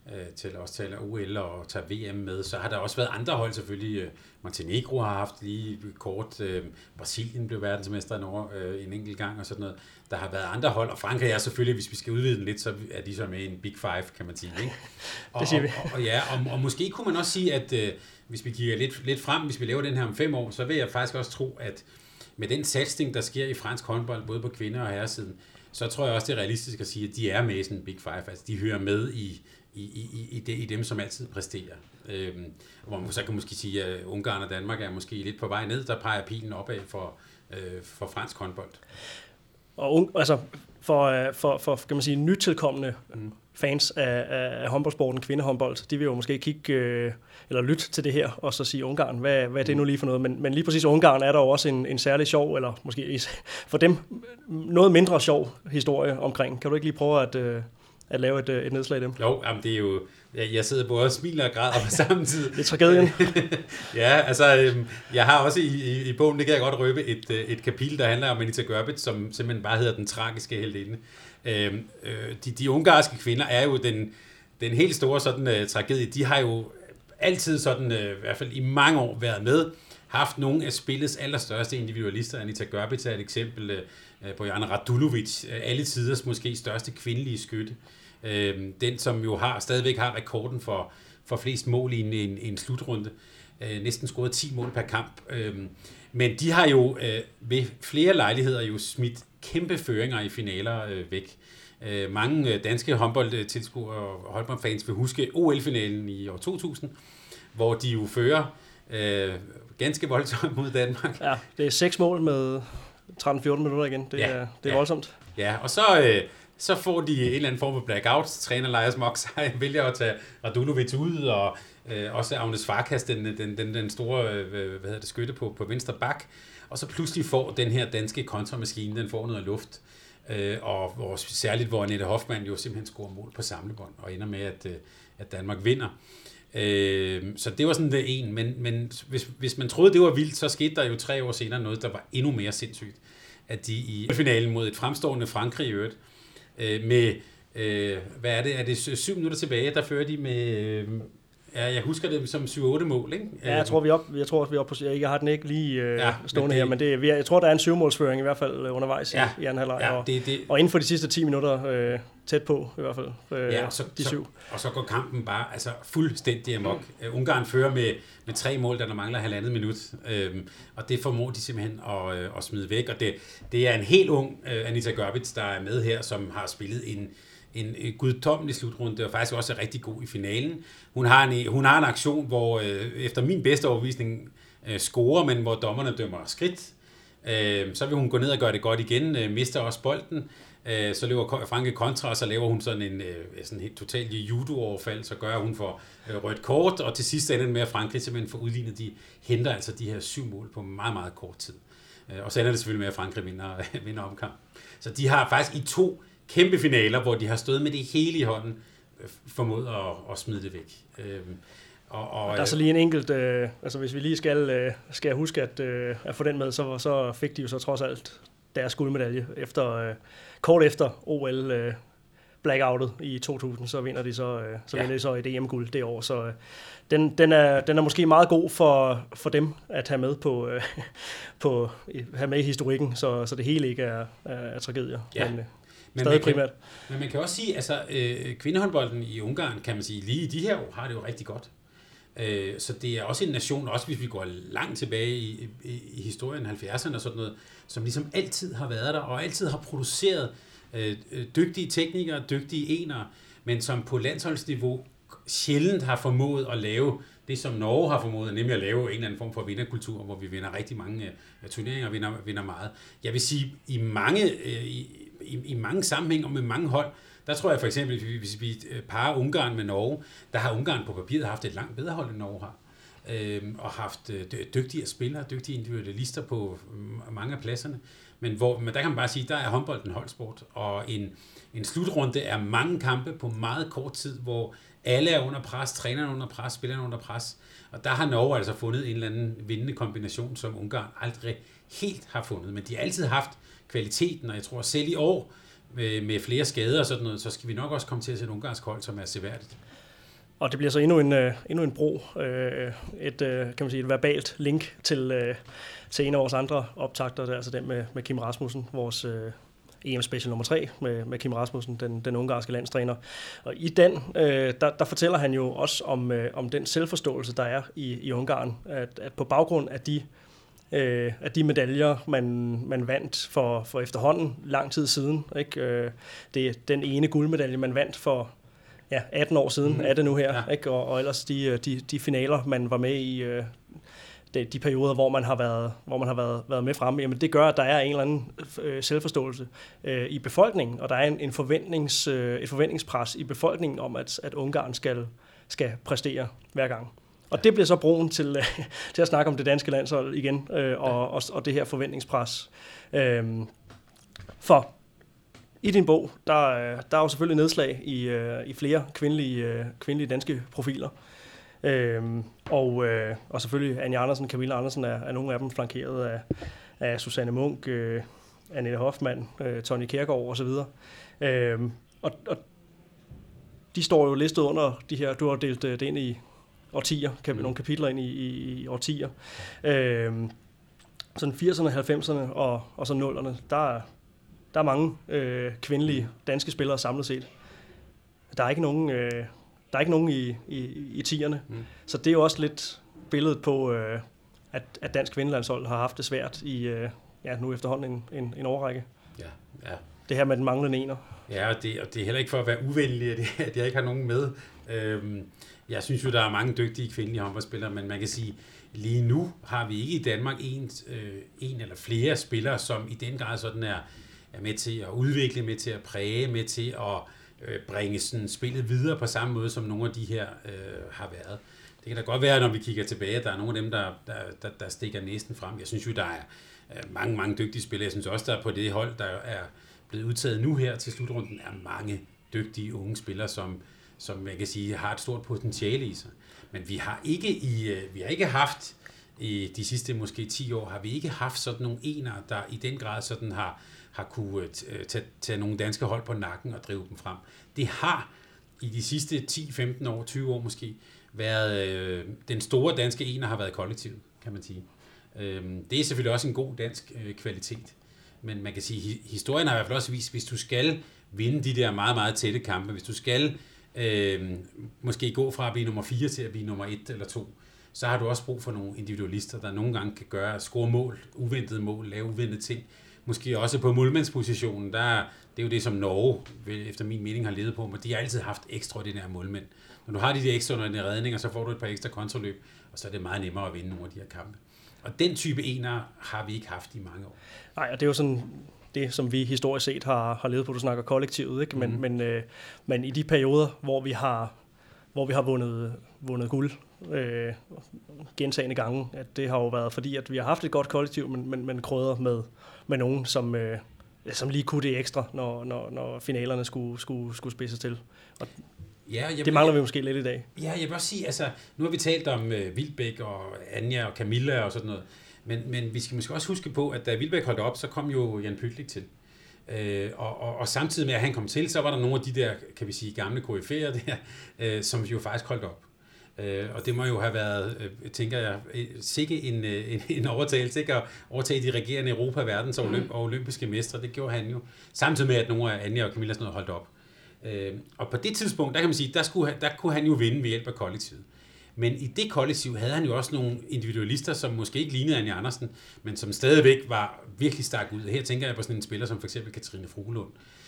OL og tager VM med, så har der også været andre hold selvfølgelig. Montenegro har haft lige kort, Brasilien blev verdensmester en enkelt gang og sådan noget. Der har været andre hold, og Frankrig er selvfølgelig, hvis vi skal udvide den lidt, så er de så med i en Big Five, kan man sige. Ikke? Det siger vi. Og måske kunne man også sige, at hvis vi kigger lidt frem, hvis vi laver den her om 5 år, så vil jeg faktisk også tro, at med den satsning, der sker i fransk håndbold, både på kvinder- og herresiden, så tror jeg også, det er realistisk at sige, at de er med i sådan en Big Five. Altså, de hører med i dem, som altid præsterer. Hvor man så kan måske sige, at Ungarn og Danmark er måske lidt på vej ned. Der peger pilen opad for fransk håndbold. Og altså, for kan man sige, nytilkommende fans af håndboldsporten, kvindehåndbold, de vil jo måske kigge eller lytte til det her, og så sige Ungarn, hvad er det nu lige for noget? Men lige præcis Ungarn er der jo også en særlig sjov, eller måske for dem noget mindre sjov historie omkring. Kan du ikke lige prøve at lave et nedslag i dem? Jo, jamen det er jo... Jeg sidder både og smiler og græder på samme tid. Det er tragedien. Ja, altså, jeg har også i bogen, det kan jeg godt røbe, et kapitel, der handler om Anita Göbitz, som simpelthen bare hedder Den tragiske heltinde. De ungarske kvinder er jo den helt store sådan tragedie. De har jo altid sådan, i hvert fald i mange år, været med, haft nogle af spillets allerstørste individualister. Anita Göbitz er et eksempel, Bojana Radulovic, alle tiders måske største kvindelige skytte. Den, som jo stadigvæk har rekorden for flest mål i en slutrunde. Næsten scoret 10 mål per kamp. Men de har jo ved flere lejligheder jo smidt kæmpe føringer i finaler væk. Mange danske håndboldtilskuere og håndboldfans vil huske OL-finalen i år 2000, hvor de jo fører ganske voldsomt mod Danmark. Ja, det er 6 mål med 13-14 minutter igen. Det er voldsomt. Ja, og så får de en eller anden form for blackout. Træner Lars Moxhaj vælger at tage Radulovic ud, og også Agnes Farkas, den store skytte på venstre bak. Og så pludselig får den her danske kontramaskine, den får noget luft. Og særligt, hvor Annette Hoffmann jo simpelthen scorer mål på samlebånd, og ender med, at Danmark vinder. Så det var sådan det en, men hvis man troede, det var vildt, så skete der jo 3 år senere noget, der var endnu mere sindssygt. At de i finalen mod et fremstående Frankrig i øvrigt, med, hvad er det 7 minutter tilbage, der fører de med... jeg husker det som 7-8 mål, ikke? Ja, jeg tror, vi er oppe på... Jeg har den ikke lige stående her, men jeg tror, der er en 7-målsføring i hvert fald undervejs i anden halvleg. Og inden for de sidste 10 minutter tæt på i hvert fald. De 7. Og så går kampen bare fuldstændig amok. Ungarn fører med 3 mål, der mangler 1,5 minut. Og det formår de simpelthen at smide væk. Og det er en helt ung Anita Göbitz, der er med her, som har spillet en guddommelig slutrunde, og faktisk også er rigtig god i finalen. Hun har en aktion, hvor efter min bedste overbevisning scorer, men hvor dommerne dømmer skridt. Så vil hun gå ned og gøre det godt igen, mister også bolden. Så løber Franke kontra, og så laver hun sådan en helt totalt judo-overfald, så gør hun for rødt kort, og til sidst ender den med, at Frankrig simpelthen får udlignet. De henter altså de her 7 mål på meget, meget kort tid. Og så ender det selvfølgelig med, at Frankrig vinder omkamp. Så de har faktisk i 2 kæmpe finaler, hvor de har stået med det hele i hånden, formået at smide det væk. Og der er så lige en enkelt, hvis vi lige skal huske at få den med, så fik de jo så trods alt deres guldmedalje kort efter OL blackoutet i 2000, så vinder de vinder de så et EM-guld det år. Så den er måske meget god for dem at have med have med i historikken, så det hele ikke er tragedier. Ja. Men man kan også sige, altså kvindehåndbolden i Ungarn, kan man sige, lige i de her år har det jo rigtig godt. Så det er også en nation, også hvis vi går langt tilbage i historien, 70'erne og sådan noget, som ligesom altid har været der, og altid har produceret dygtige teknikere, dygtige enere, men som på landsholdsniveau sjældent har formået at lave det, som Norge har formået, nemlig at lave en eller anden form for vinderkultur, hvor vi vinder rigtig mange turneringer og vinder meget. Jeg vil sige, i mange sammenhæng og med mange hold, der tror jeg for eksempel, hvis vi parer Ungarn med Norge, der har Ungarn på papiret haft et langt bedre hold, end Norge har. Og haft dygtige spillere, dygtige individualister på mange af pladserne. Men der kan man bare sige, der er håndbold en holdsport, og en slutrunde er mange kampe på meget kort tid, hvor Alle er under pres, trænerne under pres, spillerne under pres. Og der har Norge altså fundet en eller anden vindende kombination, som Ungarn aldrig helt har fundet. Men de har altid haft kvaliteten, og jeg tror selv i år, med flere skader og sådan noget, så skal vi nok også komme til at se et ungarsk hold, som er seværdigt. Og det bliver så endnu en bro, kan man sige, et verbalt link til en af vores andre optakter, det er altså den med Kim Rasmussen, vores EM-special nummer 3 med Kim Rasmussen, den ungarske landstræner. Og i den, der fortæller han jo også om den selvforståelse, der er i Ungarn, at på baggrund af de medaljer, man vandt for efterhånden lang tid siden, ikke? Det er den ene guldmedalje, man vandt for 18 år siden, er det nu her, ja. Ikke? Og ellers de finaler, man var med i, de perioder, hvor man har været med fremme, jamen det gør, at der er en eller anden selvforståelse i befolkningen, og der er et forventningspres i befolkningen om, at Ungarn skal præstere hver gang. Og det bliver så broen til at snakke om det danske landshold igen, og det her forventningspres. For i din bog, der er jo selvfølgelig nedslag i flere kvindelige danske profiler. Og selvfølgelig Anja Andersen, Camilla Andersen er nogle af dem flankeret af Susanne Munk, Annette Hoffmann, Tony Kjærgaard osv. Og de står jo listet under de her, du har delt det ind i årtier, nogle kapitler ind i årtier. Sådan 80'erne, 90'erne og så 0'erne, der er mange kvindelige danske spillere samlet set. Der er ikke nogen i 10'erne. Så det er jo også lidt billedet på, at dansk kvindelandshold har haft det svært i nu efterhånden en årrække. Ja. Det her med den manglende ener. Ja, og det er heller ikke for at være uvenlig, at jeg ikke har nogen med. Jeg synes jo, der er mange dygtige kvindelige håndboldspillere, men man kan sige, lige nu har vi ikke i Danmark en eller flere spillere, som i den grad sådan er med til at udvikle, med til at præge, med til at bringe sådan spillet videre på samme måde, som nogle af de her har været. Det kan da godt være, når vi kigger tilbage, at der er nogle af dem, der stikker næsten frem. Jeg synes jo, der er mange dygtige spillere. Jeg synes også, der er på det hold, der er blevet udtaget nu her til slutrunden, er mange dygtige unge spillere, som man kan sige har et stort potentiale i sig. Men vi har ikke haft i de sidste måske 10 år, har vi ikke haft sådan nogle enere, der i den grad sådan har kunne tage nogle danske hold på nakken og drive dem frem. Det har i de sidste 10-15 år, 20 år måske, været den store danske ener har været kollektivet, kan man sige. Det er selvfølgelig også en god dansk kvalitet. Men man kan sige, historien har i hvert fald også vist, hvis du skal vinde de der meget, meget tætte kampe, hvis du skal måske gå fra at blive nummer 4 til at blive nummer 1 eller 2, så har du også brug for nogle individualister, der nogle gange kan score mål, uventede mål, lave uventede ting. Måske også på målmandspositionen, det er jo det, som Norge, efter min mening, har levet på, men de har altid haft ekstraordinære målmænd. Når du har de der ekstraordinære redninger, så får du et par ekstra kontroløb, og så er det meget nemmere at vinde nogle af de her kampe. Og den type ener har vi ikke haft i mange år. Nej, og det er jo sådan det, som vi historisk set har levet på. Du snakker kollektivet, ikke? Men i de perioder, hvor vi har vundet guld gentagne gange, at det har jo været fordi, at vi har haft et godt kollektiv, men krydret med nogen, som lige kunne det ekstra, når finalerne skulle spidses til. Og det mangler vi måske lidt i dag. Ja, jeg vil også sige, altså, nu har vi talt om Wilbæk og Anja og Camilla og sådan noget, men vi skal måske også huske på, at da Wilbæk holdt op, så kom jo Jan Pytlik til. Og samtidig med, at han kom til, så var der nogle af de der, kan vi sige, gamle KF'er der, som jo faktisk holdt op. Og det må jo have været, tænker jeg, sikke en overtagelse, ikke? At overtage de regerende Europa, verdens og olympiske mestre, det gjorde han jo. Samtidig med, at nogle af Anja og Camilla sådan noget holdt op. Og på det tidspunkt, der kan man sige, der kunne han jo vinde ved hjælp af kollektivet. Men i det kollektiv havde han jo også nogle individualister, som måske ikke lignede Anja Andersen, men som stadigvæk var virkelig stak ud. Her tænker jeg på sådan en spiller som for eksempel Katrine Fruelund,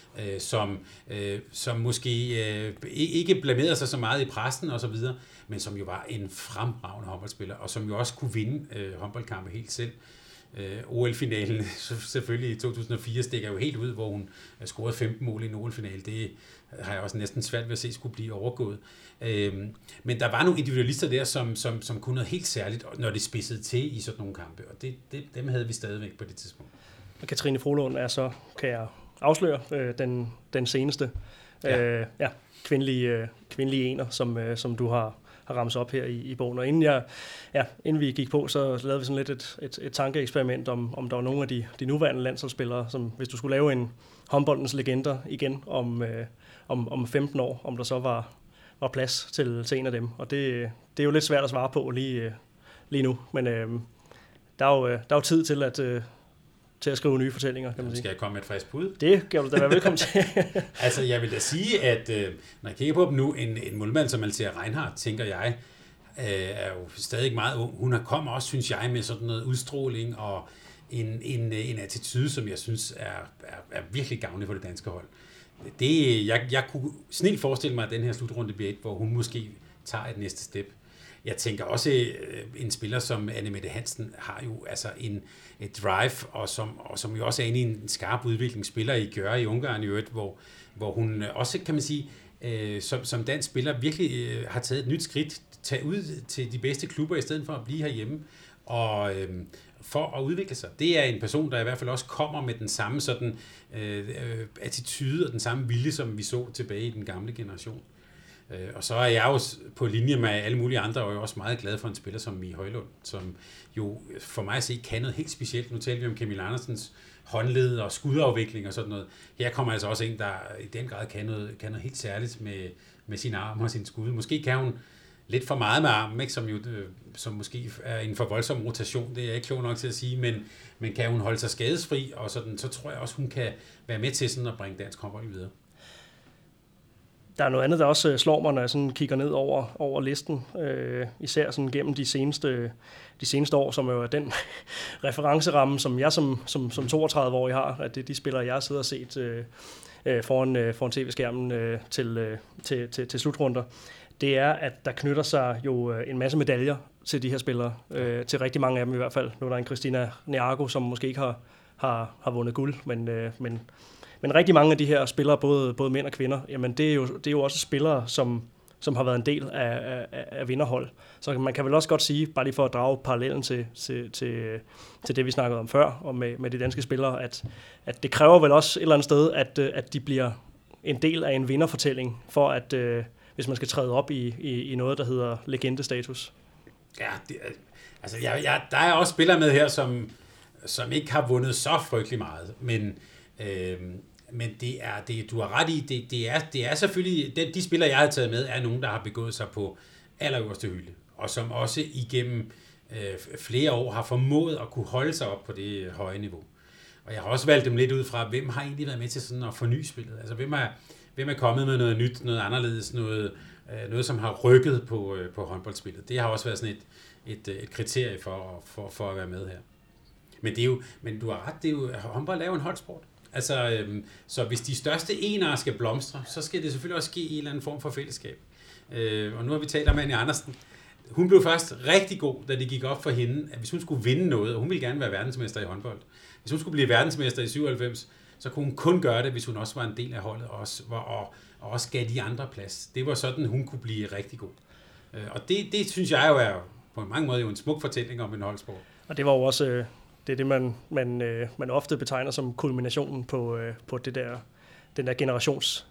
som måske ikke blamerede sig så meget i pressen og så videre, men som jo var en fremragende håndboldspiller, og som jo også kunne vinde håndboldkampe helt selv. OL-finalen selvfølgelig i 2004 stikker jo helt ud, hvor hun scorede 15 mål i en OL-finale. Det har jeg også næsten svært ved at se skulle blive overgået. Men der var nogle individualister der, som kunne noget helt særligt, når det spidsede til i sådan nogle kampe, og dem havde vi stadigvæk på det tidspunkt. Katrine Fruelund er så, kan jeg afsløre, den seneste kvindelige ener, som du har ramset op her i bogen. Og inden vi gik på, så lavede vi sådan lidt et tankeeksperiment om der var nogle af de nuværende landsholdsspillere, som hvis du skulle lave en håndboldens legender igen om 15 år, om der så var plads til en af dem. Og det er jo lidt svært at svare på lige nu, men der er jo tid til at skrive nye fortællinger, kan man sige. Skal jeg komme med et frisk bud? Det kan du da være velkommen til. Altså, jeg vil da sige, at når jeg kigger på dem nu, en målmand som Althea Reinhardt, tænker jeg, er jo stadig meget ung. Hun kommer også, synes jeg, med sådan noget udstråling og en attitude, som jeg synes er virkelig gavnlig for det danske hold. Jeg kunne snilt forestille mig, at den her slutrunde bliver et, hvor hun måske tager et næste step. Jeg tænker også, en spiller som Anne-Mette Hansen har jo altså et drive, og som jo også er inde i en skarp udvikling, spiller i Gjøre i Ungarn i øvrigt, hvor hun også, kan man sige, som dansk spiller virkelig har taget et nyt skridt, tage ud til de bedste klubber i stedet for at blive herhjemme, og for at udvikle sig. Det er en person, der i hvert fald også kommer med den samme sådan attitude og den samme vilje, som vi så tilbage i den gamle generation. Og så er jeg jo på linje med alle mulige andre, og jeg er også meget glad for en spiller som Mie Højlund, som jo for mig at se kan noget helt specielt. Nu talte vi om Camilla Andersens håndled og skudafvikling og sådan noget. Her kommer altså også en, der i den grad kan noget helt særligt med sin arm og sin skud. Måske kan hun lidt for meget med armen, ikke? Som måske er en for voldsom rotation, det er jeg ikke klog nok til at sige, men kan hun holde sig skadesfri, og sådan, så tror jeg også, hun kan være med til sådan at bringe dansk håndbold videre. Der er noget andet, der også slår mig, når jeg sådan kigger ned over listen, især sådan gennem de seneste år, som jo er den referenceramme, som jeg som 32-årig har, at det er de spillere, jeg sidder og set foran tv-skærmen til slutrunder. Det er, at der knytter sig jo en masse medaljer til de her spillere, til rigtig mange af dem i hvert fald. Nu er der en Christina Niargo, som måske ikke har vundet guld, men rigtig mange af de her spillere, både mænd og kvinder, jamen det er jo også spillere, som har været en del af vinderhold. Så man kan vel også godt sige, bare lige for at drage parallellen til det, vi snakkede om før, og med de danske spillere, at det kræver vel også et eller andet sted, at de bliver en del af en vinderfortælling, for at hvis man skal træde op i noget, der hedder legendestatus. Ja, der er også spillere med her, som ikke har vundet så frygtelig meget, men du har ret i, det er selvfølgelig, de spillere, jeg har taget med, er nogen, der har begået sig på allerøverste hylde, og som også igennem flere år har formået at kunne holde sig op på det høje niveau. Og jeg har også valgt dem lidt ud fra, hvem har egentlig været med til sådan at forny spillet. Altså, hvem er kommet med noget nyt, noget anderledes, noget som har rykket på håndboldspillet. Det har også været sådan et kriterie for at være med her. Men du har ret, håndbold er jo en holdsport. Altså, så hvis de største enere skal blomstre, så skal det selvfølgelig også ske i en eller anden form for fællesskab. Og nu har vi talt om Annie Andersen. Hun blev først rigtig god, da det gik op for hende, at hvis hun skulle vinde noget, og hun ville gerne være verdensmester i håndbold, hvis hun skulle blive verdensmester i 97, så kunne hun kun gøre det, hvis hun også var en del af holdet, og også gav de andre plads. Det var sådan, hun kunne blive rigtig god. Og det synes jeg jo er på mange måder jo en smuk fortælling om en holdsport. Og det var jo også det man ofte betegner som kulminationen på den der generations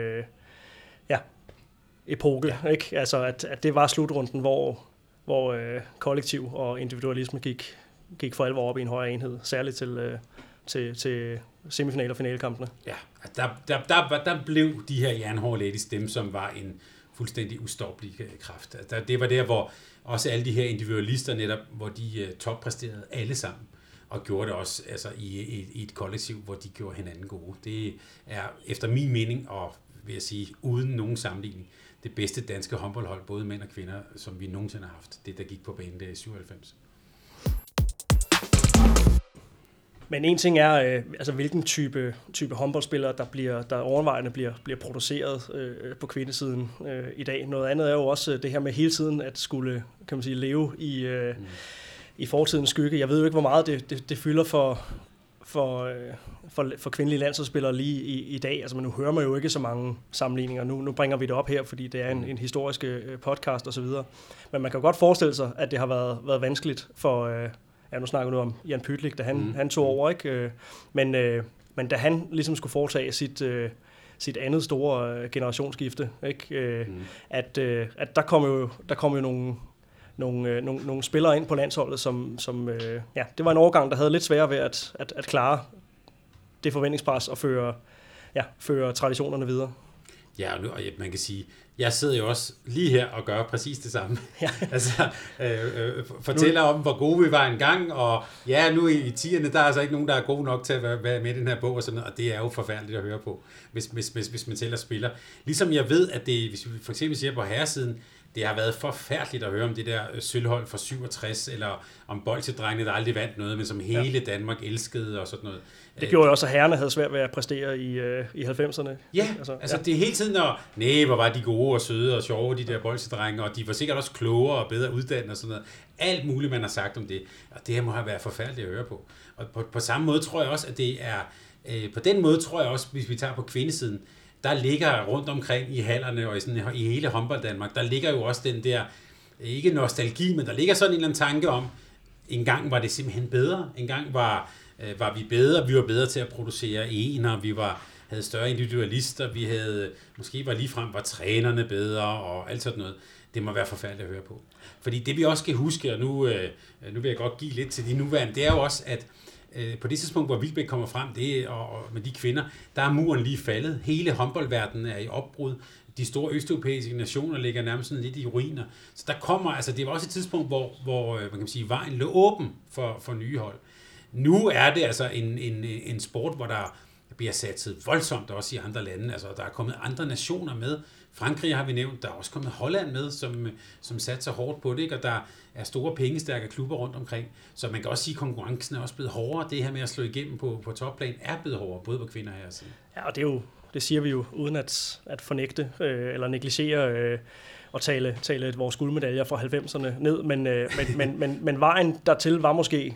epoke, ja. Ikke? Altså at det var slutrunden, hvor kollektiv og individualisme gik for alvor op i en højere enhed, særligt til semifinal- og finalekampene. Ja, der blev de her jernhårde ladies dem, som var en fuldstændig ustoppelig kraft. Det var der, hvor også alle de her individualister netop, hvor de toppræsterede alle sammen, og gjorde det også altså, i et kollektiv, hvor de gjorde hinanden gode. Det er efter min mening, og vil jeg sige, uden nogen sammenligning, det bedste danske håndboldhold, både mænd og kvinder, som vi nogensinde har haft. Det, der gik på banen, det er 97. Men en ting er, altså hvilken type håndboldspillere, der overvejende bliver produceret på kvindesiden i dag. Noget andet er jo også det her med hele tiden at skulle, kan man sige, leve i fortidens skygge. Jeg ved jo ikke, hvor meget det fylder for kvindelige landsholdsspillere lige i dag. Altså, men nu hører man jo ikke så mange sammenligninger. Nu bringer vi det op her, fordi det er en historisk podcast osv. Men man kan jo godt forestille sig, at det har været vanskeligt for... nu snakker du om Jan Pytlik, da han tog over, ikke? Men da han ligesom skulle foretage sit andet store generationsskifte, ikke? At der kom jo nogle spillere ind på landsholdet, som det var en overgang, der havde lidt sværere ved at klare det forventningspres og føre traditionerne videre. Ja, og man kan sige, jeg sidder jo også lige her og gør præcis det samme. Ja. Altså, fortæller om, hvor gode vi var engang, og ja, nu i 10'erne, der er altså ikke nogen, der er gode nok til at være med i den her bog, og sådan noget, og det er jo forfærdeligt at høre på, hvis man tæller spiller. Ligesom jeg ved, at det, hvis vi for eksempel siger på herresiden, det har været forfærdeligt at høre om det der sølvhold fra 67, eller om bolsjedrengene, der aldrig vandt noget, men som hele Danmark elskede og sådan noget. Det gjorde jo også, at herrerne havde svært ved at præstere i 90'erne. Ja, altså det er hele tiden, hvor var de gode og søde og sjove, de der bolsjedrenge, og de var sikkert også klogere og bedre uddannet og sådan noget. Alt muligt, man har sagt om det, og det her må have været forfærdeligt at høre på. Og på samme måde tror jeg også, at det er, på den måde tror jeg også, hvis vi tager på kvindesiden, der ligger rundt omkring i hallerne og i hele håndbold Danmark, der ligger jo også den der, ikke nostalgi, men der ligger sådan en eller anden tanke om, en gang var det simpelthen bedre, en gang var vi bedre, vi var bedre til at producere ener, vi havde større individualister, vi havde, måske var trænerne bedre og alt sådan noget. Det må være forfærdeligt at høre på. Fordi det vi også skal huske, og nu vil jeg godt give lidt til de nuværende, det er jo også, at på det tidspunkt, hvor Wilbek kommer frem, og med de kvinder, der er muren lige faldet. Hele håndboldverdenen er i opbrud. De store østeuropæiske nationer ligger nærmest sådan lidt i ruiner. Så der kommer, altså det var også et tidspunkt, hvor man kan sige, vejen lå åben for nye hold. Nu er det altså en sport, hvor der bliver satset voldsomt også i andre lande. Altså der er kommet andre nationer med. Frankrig har vi nævnt, der er også kommet Holland med, som satser hårdt på det, ikke? Og der er store pengestærke klubber rundt omkring. Så man kan også sige, at konkurrencen er også blevet hårdere. Det her med at slå igennem på topplan er blevet hårdere, både på kvinder og herresiden. Ja, og det siger vi jo uden at fornægte eller negligere og tale vores guldmedaljer fra 90'erne ned. Men vejen dertil var måske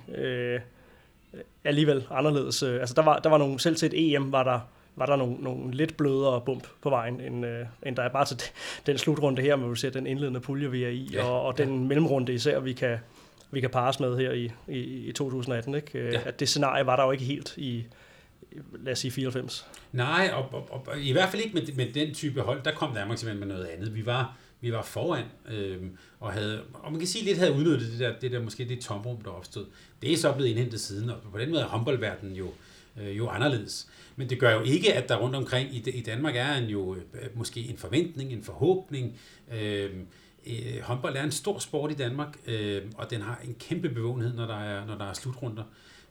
alligevel anderledes. Altså der var nogle, selv til et EM var der nogle lidt blødere bump på vejen, end der er bare til den slutrunde her, hvor vi ser den indledende pulje, vi er i, og den mellemrunde især, vi kan parres med her i 2018. Ikke? Ja. At det scenarie var der jo ikke helt i, lad os sige, 94. Nej, og i hvert fald ikke med den type hold, der kom Danmark simpelthen med noget andet. Vi var foran, og man kan sige lidt havde udnyttet det der måske det tomrum, der opstod. Det er så blevet indhentet siden, og på den måde er håndboldverdenen jo anderledes. Men det gør jo ikke, at der rundt omkring i Danmark er måske en forventning, en forhåbning. Håndbold er en stor sport i Danmark, og den har en kæmpe bevågenhed, når der er slutrunder.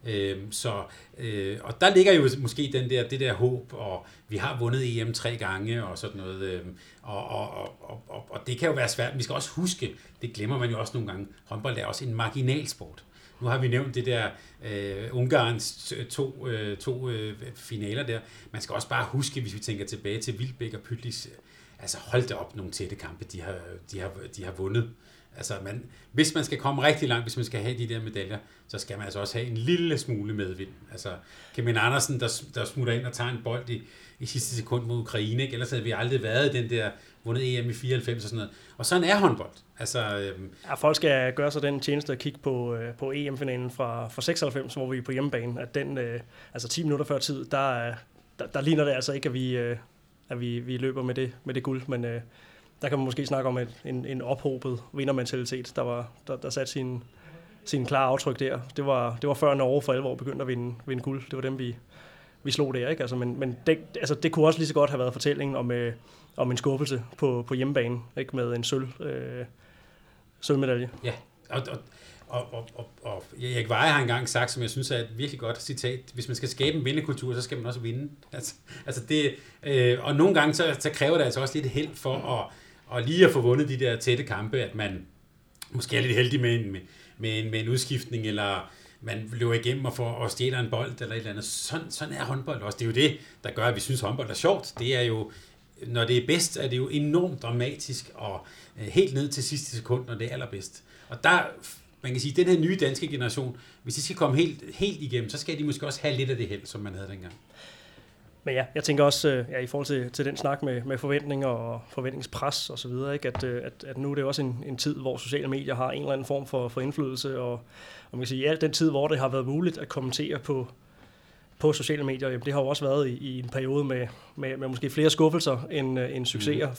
Og der ligger jo måske det der håb, og vi har vundet EM 3 gange og sådan noget, og det kan jo være svært. Vi skal også huske, det glemmer man jo også nogle gange, håndbold er også en marginalsport. Nu har vi nævnt det der Ungarns to finaler der. Man skal også bare huske, hvis vi tænker tilbage til Wilbek og Pytlis, altså hold da op nogle tætte kampe, de har vundet. Altså hvis man skal komme rigtig langt, hvis man skal have de der medaljer, så skal man altså også have en lille smule medvind. Altså Kevin Andersen, der smutter ind og tager en bold i sidste sekund mod Ukraine, ikke? Ellers havde vi aldrig været i den der vundet EM i 94 og sådan noget. Og sådan er håndbold. Altså, folk skal gøre sig den tjeneste at kigge på EM-finalen fra 96, hvor vi er på hjemmebane. At den, altså 10 minutter før tid, der ligner det altså ikke, at vi løber med det guld, men der kan man måske snakke om en ophobet vindermentalitet, der satte sin klare aftryk der. Det var før Norge for alvor begyndte at vinde guld. Det var dem, vi slog der, ikke? Altså, men det kunne også lige så godt have været fortællingen om en skuffelse på hjemmebane, ikke? Med en sølvmedalje. Ja, og Erik Weihe har engang sagt, som jeg synes er et virkelig godt citat, hvis man skal skabe en vinderkultur, så skal man også vinde. Altså det, og nogle gange så kræver det altså også lidt held for at lige at få vundet de der tætte kampe, at man måske er lidt heldig med en udskiftning, eller man løber igennem og stjæler en bold, eller et eller andet. Sådan er håndbold også. Det er jo det, der gør, at vi synes, håndbold er sjovt. Det er jo, når det er bedst, er det jo enormt dramatisk, og helt ned til sidste sekund, når det er allerbedst. Og der, man kan sige, den her nye danske generation, hvis de skal komme helt igennem, så skal de måske også have lidt af det held, som man havde dengang. Men ja, jeg tænker også i forhold til den snak med forventninger og forventningspres og så videre, ikke? At nu er det også en tid, hvor sociale medier har en eller anden form for indflydelse, og man kan sige, i al den tid, hvor det har været muligt at kommentere på sociale medier, jamen, det har jo også været i en periode med måske flere skuffelser end succeser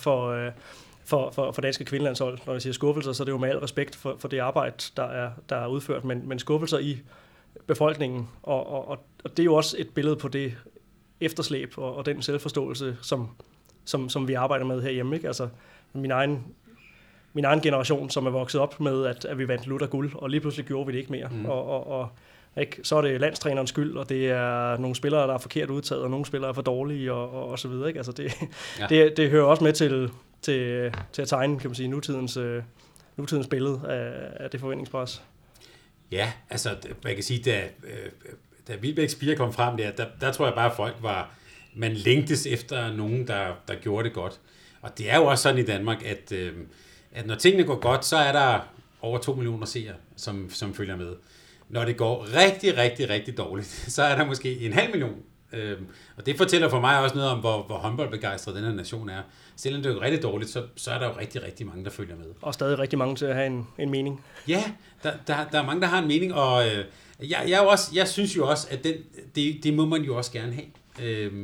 for danske kvindelandshold. Når jeg siger skuffelser, så er det jo med al respekt for det arbejde, der er udført, men skuffelser i befolkningen, og det er jo også et billede på det efterslæb og den selvforståelse, som vi arbejder med herhjemme. Ikke? Altså, min egen generation, som er vokset op med, at vi vandt lutter guld, og lige pludselig gjorde vi det ikke mere. Og ikke? Så er det landstrænerens skyld, og det er nogle spillere, der er forkert udtaget, og nogle spillere er for dårlige, og så videre. Ikke? Altså det hører også med til at tegne, kan man sige, nutidens billede af det forventningspres. Ja, altså man kan sige, da Wilbæks piger kom frem der tror jeg bare, at man længtes efter nogen, der gjorde det godt. Og det er jo også sådan i Danmark, at når tingene går godt, så er der over 2 millioner seere, som følger med. Når det går rigtig, rigtig, rigtig dårligt, så er der måske 0,5 million. Og det fortæller for mig også noget om, hvor håndboldbegejstret den her nation er. Selvom det er jo rigtig dårligt, så er der jo rigtig, rigtig mange, der følger med. Og stadig rigtig mange til at have en mening. Ja, der er mange, der har en mening, og jeg synes jo også, at det må man jo også gerne have.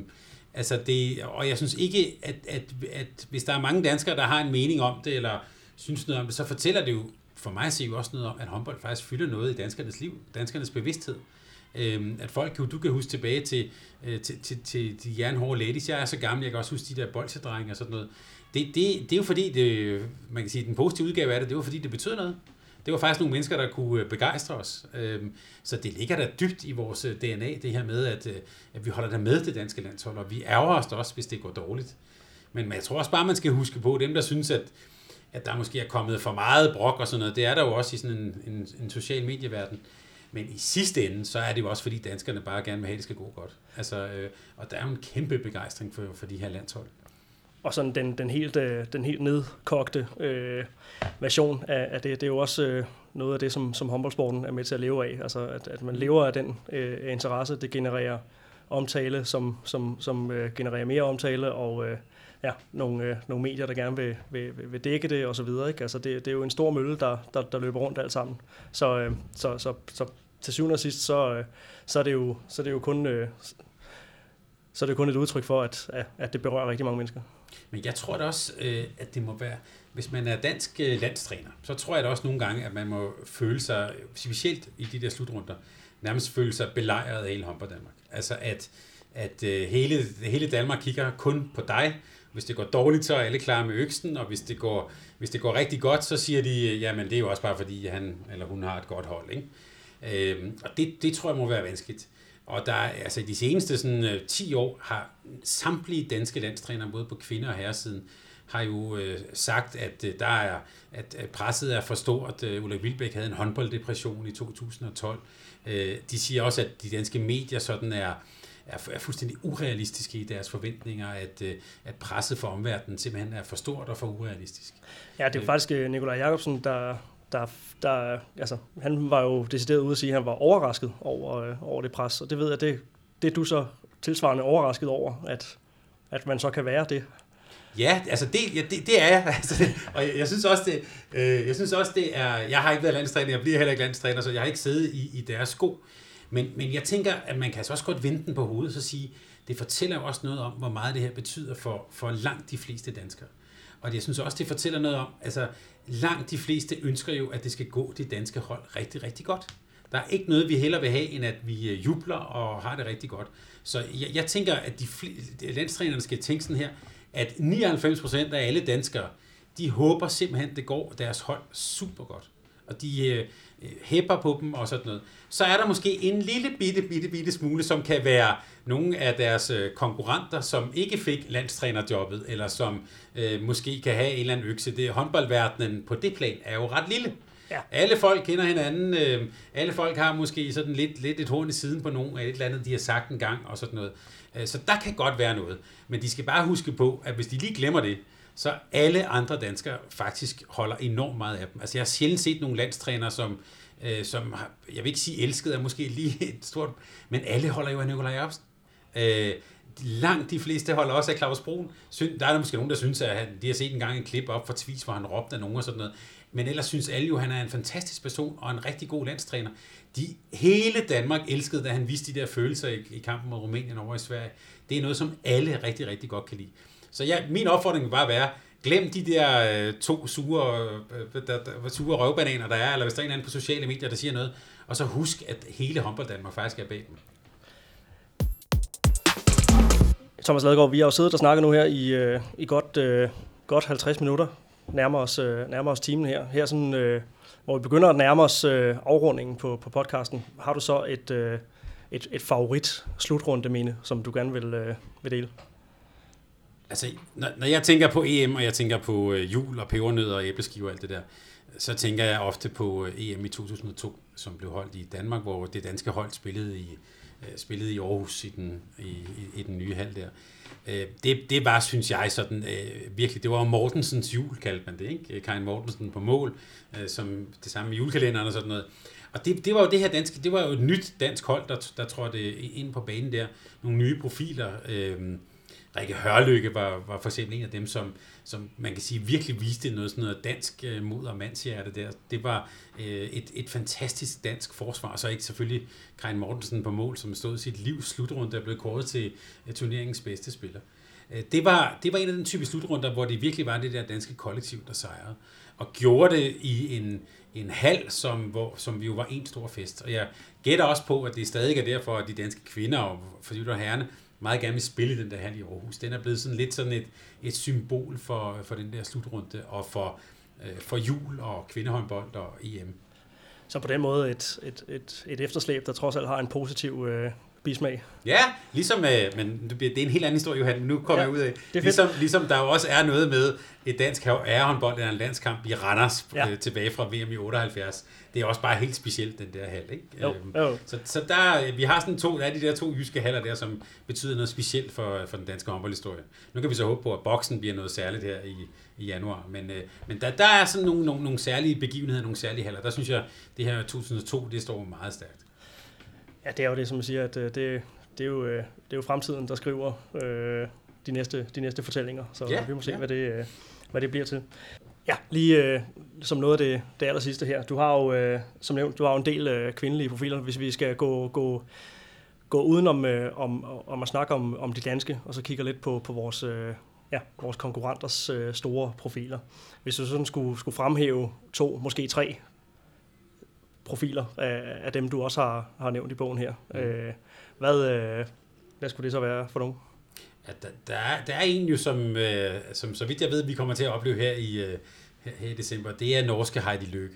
Og jeg synes ikke, at hvis der er mange danskere, der har en mening om det, eller synes noget om det, så fortæller det jo for mig at se jo også noget om, at håndbold faktisk fylder noget i danskernes liv, danskernes bevidsthed. At folk, du kan huske tilbage til de jernhårde ladies. Jeg er så gammel, jeg kan også huske de der bolsjedrenge og sådan noget. Det er jo fordi, man kan sige, den positive udgave af det var fordi, det betød noget. Det var faktisk nogle mennesker, der kunne begejstre os. Så det ligger der dybt i vores DNA, det her med, at vi holder der med det danske landshold, og vi ærger os også, hvis det går dårligt. Men jeg tror også bare, man skal huske på, dem der synes, at der måske er kommet for meget brok og sådan noget, det er der jo også i sådan en social medieverden. Men i sidste ende, så er det jo også fordi danskerne bare gerne vil have, at det skal gå godt. Og der er jo en kæmpe begejstring for de her landshold. Og sådan den helt nedkogte version af det er jo også noget af det, som håndboldsporten er med til at leve af. Altså at man lever af den interesse, det genererer omtale, som genererer mere omtale, og nogle medier, der gerne vil dække det, og så videre. Ikke? Altså det er jo en stor mølle, der løber rundt alt sammen. Så til syvende og sidst, så er det jo kun et udtryk for, at det berører rigtig mange mennesker. Men jeg tror da også, at det må være, hvis man er dansk landstræner, så tror jeg da også nogle gange, at man må føle sig, specielt i de der slutrunder, nærmest føle sig belejret af hele håndbold Danmark. Altså at hele Danmark kigger kun på dig. Hvis det går dårligt, så er alle klar med øksen, og hvis det går rigtig godt, så siger de, jamen det er jo også bare fordi, han eller hun har et godt hold. Ikke? Og det tror jeg må være vanskeligt. Og der altså i de seneste sådan, 10 år har samtlige danske landstrænere, både på kvinder- og herresiden, har jo sagt, at presset er for stort. Ulrik Wilbæk havde en håndbolddepression i 2012. De siger også, at de danske medier sådan er fuldstændig urealistiske i deres forventninger, at presset for omverdenen simpelthen er for stort og for urealistisk. Ja, det er faktisk Nikolaj Jacobsen, der han var jo decideret ude at sige, at han var overrasket over det pres, og det ved jeg, det er du så tilsvarende overrasket over, at man så kan være det. Ja, altså det er jeg. Altså, og jeg synes også det er. Jeg har ikke været landstræner, jeg bliver heller ikke landstræner, så jeg har ikke siddet i deres sko. Men jeg tænker, at man kan altså også godt vende den på hovedet og sige, det fortæller jo også noget om, hvor meget det her betyder for langt de fleste danskere. Og jeg synes også, det fortæller noget om, altså langt de fleste ønsker jo, at det skal gå det danske hold rigtig, rigtig godt. Der er ikke noget, vi hellere vil have, end at vi jubler og har det rigtig godt. Så jeg tænker, at landstrænerne skal tænke sådan her, at 99% af alle danskere, de håber simpelthen, det går deres hold super godt. Og de hæpper på dem og sådan noget. Så er der måske en lille bitte smule, som kan være nogle af deres konkurrenter, som ikke fik landstrænerjobbet, eller som måske kan have en eller anden økse. Det håndboldverdenen på det plan er jo ret lille. Ja. Alle folk kender hinanden. Alle folk har måske sådan lidt et horn i siden på nogen af et eller andet, de har sagt en gang og sådan noget. Så der kan godt være noget. Men de skal bare huske på, at hvis de lige glemmer det, så alle andre danskere faktisk holder enormt meget af dem. Altså jeg har sjældent set nogle landstrænere, som har, jeg vil ikke sige elsket, er måske lige et stort, men alle holder jo af Nikolaj Jacobsen. Langt de fleste holder også af Claus Brun. Der er der måske nogen, der synes, at de har set engang en klip op for Tvis, hvor han råbte af nogen og sådan noget. Men ellers synes alle jo, han er en fantastisk person og en rigtig god landstræner. Hele Danmark elskede, da han viste de der følelser i kampen mod Rumænien over i Sverige. Det er noget, som alle rigtig, rigtig godt kan lide. Så ja, min opfordring vil bare være, glem de der 2 sure røvbananer, der er, eller hvis der er en anden på sociale medier, der siger noget, og så husk, at hele håndbold Danmark faktisk er bag dem. Thomas Ladegaard, vi har jo siddet og snakket nu her i godt 50 minutter, nærmer os timen her. Her sådan, hvor vi begynder at nærme os afrundingen på podcasten, har du så et favorit slutrundeminde, som du gerne vil dele? Altså, når jeg tænker på EM, og jeg tænker på jul og pebernødder og æbleskiver og alt det der, så tænker jeg ofte på EM i 2002, som blev holdt i Danmark, hvor det danske hold spillede i Aarhus i den nye hal der. Det var, synes jeg, sådan virkelig, det var Mortensens jul, kaldte man det, ikke? Karin Mortensen på mål, som det samme med julekalenderen og sådan noget. Og det var jo det her danske, det var jo et nyt dansk hold, der trådte ind på banen der. Nogle nye profiler. Rikke Hørlykke var for eksempel en af dem, som man kan sige virkelig viste sådan noget dansk mod og mandshjerte der. Det var et fantastisk dansk forsvar, og så ikke selvfølgelig Karin Mortensen på mål, som stod sit livs slutrunde, der blev kåret til turneringens bedste spiller. Det var en af den type slutrunder, hvor det virkelig var det der danske kollektiv, der sejrede, og gjorde det i en hal, som jo var en stor fest. Og jeg gætter også på, at det stadig er derfor, at de danske kvinder og for de der herrerne meget gerne vil spille i den der hal i Aarhus. Den er blevet sådan lidt sådan et symbol for den der slutrunde, og for jul og kvindehåndbold og EM. Så på den måde et efterslæb, der trods alt har en positiv bismag. Ja, ligesom, men det er en helt anden historie, Johan. Nu kommer jeg ud af. Ligesom der jo også er noget med et dansk herrehåndbold eller en landskamp i Randers tilbage fra VM i 78. Det er også bare helt specielt, den der hal, ikke? Jo. Så der, vi har sådan de der 2 jyske haller der, som betyder noget specielt for den danske håndboldhistorie. Nu kan vi så håbe på, at boksen bliver noget særligt her i januar. Men der er sådan nogle særlige begivenheder, nogle særlige haller. Der synes jeg, det her 2002, det står meget stærkt. Ja, det er jo det, som man siger, at det er jo fremtiden, der skriver de næste fortællinger. Så vi må se, hvad det bliver til. Ja, lige som noget af det aller sidste her. Du har jo, som nævnt, en del kvindelige profiler. Hvis vi skal gå udenom om at snakke om de danske, og så kigger lidt på vores konkurrenters store profiler. Hvis du sådan skulle fremhæve 2, måske 3 profiler af dem, du også har nævnt i bogen her. Hvad skulle det så være for nogen? Ja, der er en jo, som så vidt jeg ved, vi kommer til at opleve her i december. Det er norske Heidi Løkke,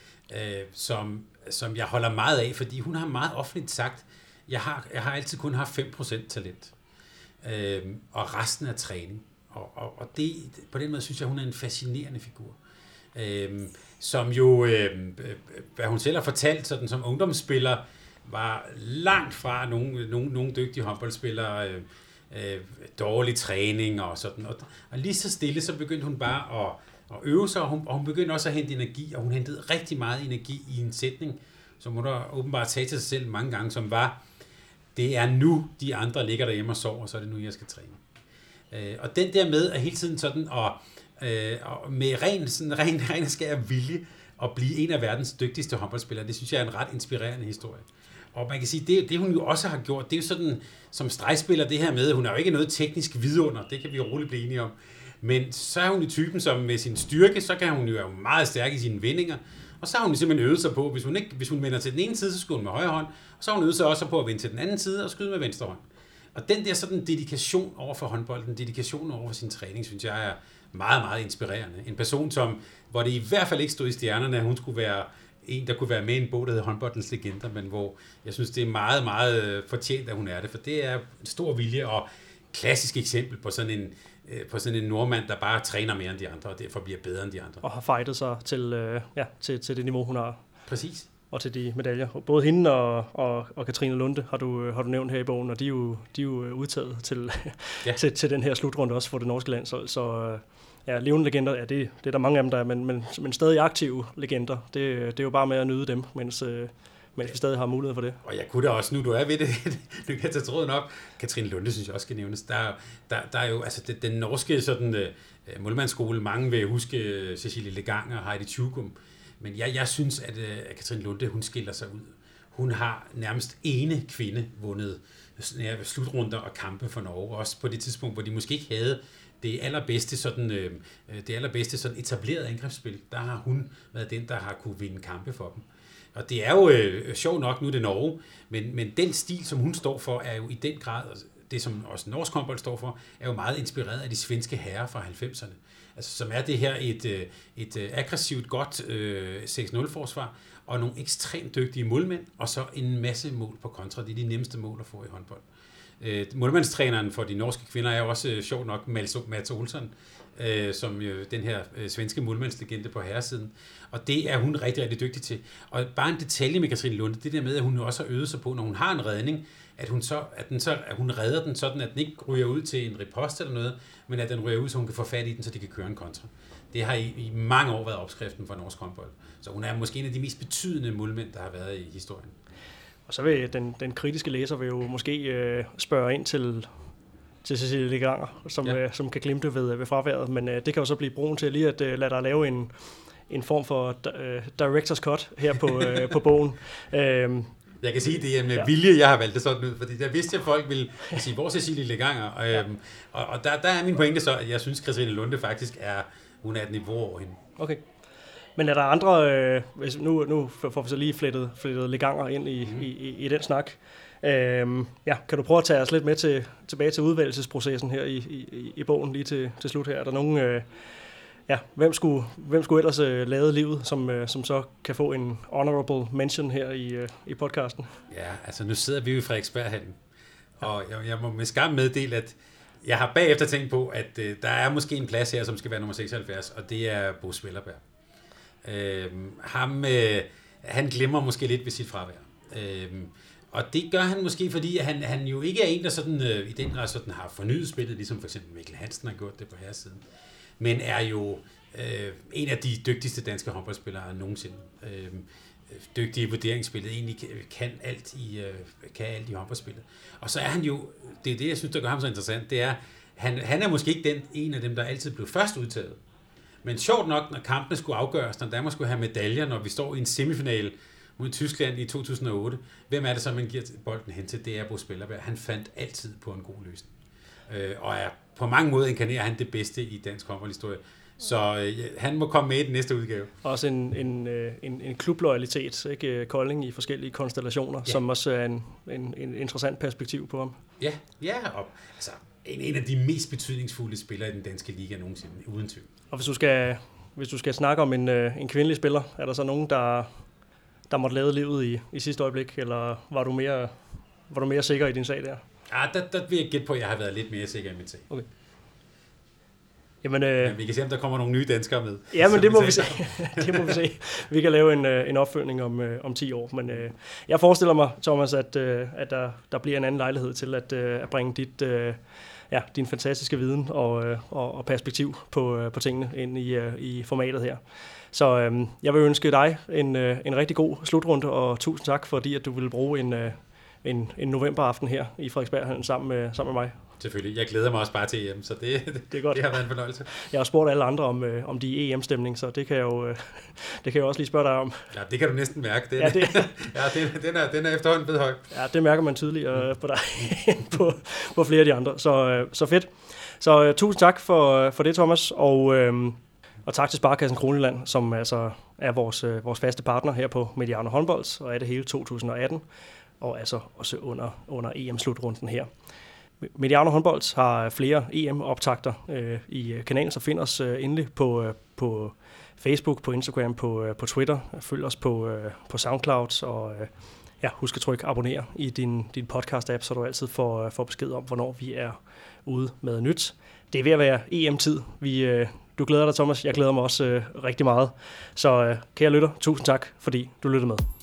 som jeg holder meget af, fordi hun har meget offentligt sagt, jeg har altid kun haft 5% talent, og resten er træning. Og det, på den måde synes jeg, hun er en fascinerende figur. Som jo, hvad hun selv har fortalt, sådan som ungdomsspiller, var langt fra nogle dygtige håndboldspillere, dårlig træning og sådan. Og lige så stille, så begyndte hun bare at øve sig, og hun begyndte også at hente energi, og hun hentede rigtig meget energi i en sætning, som hun da åbenbart sagde til sig selv mange gange, som var, det er nu, de andre ligger derhjemme og sover, så er det nu, jeg skal træne. Og den der med at hele tiden sådan, og med ren skær vilje at blive en af verdens dygtigste håndboldspillere, det synes jeg er en ret inspirerende historie. Og man kan sige, det hun jo også har gjort, det er jo sådan, som stregspiller det her med, hun er jo ikke noget teknisk vidunder, det kan vi jo roligt blive enige om, men så er hun i typen, som med sin styrke, så kan hun jo være meget stærk i sine vendinger, og så har hun simpelthen øvet sig på, hvis hun vender til den ene side, så skyder hun med højre hånd, og så har hun øvet sig også på at vende til den anden side og skyde med venstre hånd. Og den der sådan dedikation over for håndbolden, dedikation over for sin træning, synes jeg er meget, meget inspirerende. En person, hvor det i hvert fald ikke stod i stjernerne, at hun skulle være en, der kunne være med i en bog, der hedder Håndboldens Legender, men hvor jeg synes, det er meget, meget fortjent, at hun er det, for det er en stor vilje og klassisk eksempel på sådan en nordmand, der bare træner mere end de andre, og derfor bliver bedre end de andre. Og har fightet sig til det niveau, hun har. Præcis. Og til de medaljer. Både hende og Katrine Lunde har du nævnt her i bogen, og de er jo udtaget til den her slutrunde også for det norske landshold. Så levende legender, ja, det er der mange af dem, der er, men stadig aktive legender. Det er jo bare med at nyde dem, mens vi stadig har mulighed for det. Og jeg kunne da også, nu du er ved det, du kan tage tråden op. Katrine Lunde synes jeg også skal nævnes. Der er jo altså den norske sådan, målmandsskole, mange vil huske Cecilie Legang og Heidi Tjugum. Men jeg synes, at Katrine Lunde, hun skiller sig ud. Hun har nærmest ene kvinde vundet slutrunder og kampe for Norge, også på det tidspunkt, hvor de måske ikke havde det allerbedste sådan etableret angrebsspil. Der har hun været den, der har kunne vinde kampe for dem. Og det er jo sjovt nok, nu er det Norge, men den stil, som hun står for, er jo i den grad, det som også norsk håndbold står for, er jo meget inspireret af de svenske herrer fra 90'erne. Altså, som er det her et aggressivt, godt 6-0-forsvar, og nogle ekstremt dygtige målmænd, og så en masse mål på kontra. Det er de nemmeste mål at få i håndbold. Målmandstræneren for de norske kvinder er jo også sjovt nok Mats Olsson, som jo den her svenske målmandslegende på herresiden. Og det er hun rigtig, rigtig dygtig til. Og bare en detalje med Katrine Lunde, det der med, at hun jo også har øvet sig på, når hun har en redning, at hun redder den sådan, at den ikke ryger ud til en riposte eller noget, men at den ryger ud, så hun kan få fat i den, så de kan køre en kontra. Det har i mange år været opskriften for norsk håndbold. Så hun er måske en af de mest betydende målmænd, der har været i historien. Og så vil den kritiske læser vil jo måske spørge ind til Cecilie Leganger, som kan glimte ved fraværet, men det kan jo så blive brugen til lige at lade dig lave en form for director's cut her på bogen. Jeg kan sige, det er med vilje, jeg har valgt det sådan ud, fordi jeg vidste, at folk ville sige, hvor Cecilie Leganger, og der er min pointe så, at jeg synes, Katrine Lunde faktisk hun er et niveau over hende. Okay. Men er der andre, nu får vi så lige flettet Leganger ind i den snak. Kan du prøve at tage os lidt med tilbage til udvælgelsesprocessen her i bogen lige til slut her? Er der nogen, hvem skulle ellers lade livet, som så kan få en honorable mention her i podcasten? Ja, altså nu sidder vi jo i Frederiksberghallen, og jeg må med skam meddele, at jeg har bagefter tænkt på, at der er måske en plads her, som skal være nummer 76, og det er Bo Svellerberg. Han glemmer måske lidt ved sit fravær. Og det gør han måske, fordi han jo ikke er en, der sådan, i den grad sådan har fornyet spillet, ligesom for eksempel Mikkel Hansen har gjort det på herresiden, men er jo en af de dygtigste danske håndboldspillere nogensinde. Dygtige i vurderingsspillet, egentlig kan alt i håndboldspillet. Og så er han jo, det er det, jeg synes, der gør ham så interessant, det er, han er måske ikke en af dem, der altid blev først udtaget. Men sjovt nok, når kampene skulle afgøres, når Danmark skulle have medaljer, når vi står i en semifinal mod Tyskland i 2008, hvem er det så, man giver bolden hen til? Det er Bo Svellerberg. Han fandt altid på en god løsning. Og er på mange måder inkarnerer han det bedste i dansk håndboldhistorie. Så han må komme med i den næste udgave. Også en klubloyalitet, ikke? Kolding i forskellige konstellationer, som også er en interessant perspektiv på ham. Ja, og altså en af de mest betydningsfulde spillere i den danske liga nogensinde, uden tvivl. Og hvis du skal snakke om en kvindelig spiller, er der så nogen, der måtte lade livet i sidste øjeblik, eller var du mere sikker i din sag der? Ja, der vil jeg gætte på, at jeg har været lidt mere sikker i min sag. Okay. Jamen, vi kan se, om der kommer nogle nye danskere med. Ja, men det må vi se. Det må vi se. Vi kan lave en opfølgning om 10 år. Men jeg forestiller mig, Thomas, at der bliver en anden lejlighed til at bringe din fantastiske viden og perspektiv på tingene ind i formatet her. Så jeg vil ønske dig en rigtig god slutrunde, og tusind tak, fordi at du ville bruge en novemberaften her i Frederiksberghallen sammen med mig. Selvfølgelig. Jeg glæder mig også bare til EM, så det er godt. Det har været en fornøjelse. Jeg har spurgt alle andre om de EM-stemning, så det kan jeg også lige spørge dig om. Ja, det kan du næsten mærke. Den er efterhånden blevet høj. Ja, det mærker man tydeligt på dig på flere af de andre. Så fedt. Så tusind tak for det, Thomas, og tak til Sparekassen Kronjylland, som altså er vores faste partner her på Mediano Håndbold, og er det hele 2018, og altså også under EM-slutrunden her. Mediano Håndbold har flere EM-optakter i kanalen, så find os endelig på Facebook, på Instagram, på Twitter. Følg os på SoundCloud, og husk at trykke abonner i din podcast-app, så du altid får besked om, hvornår vi er ude med nyt. Det er ved at være EM-tid. Du glæder dig, Thomas. Jeg glæder mig også rigtig meget. Så kære lytter, tusind tak, fordi du lyttede med.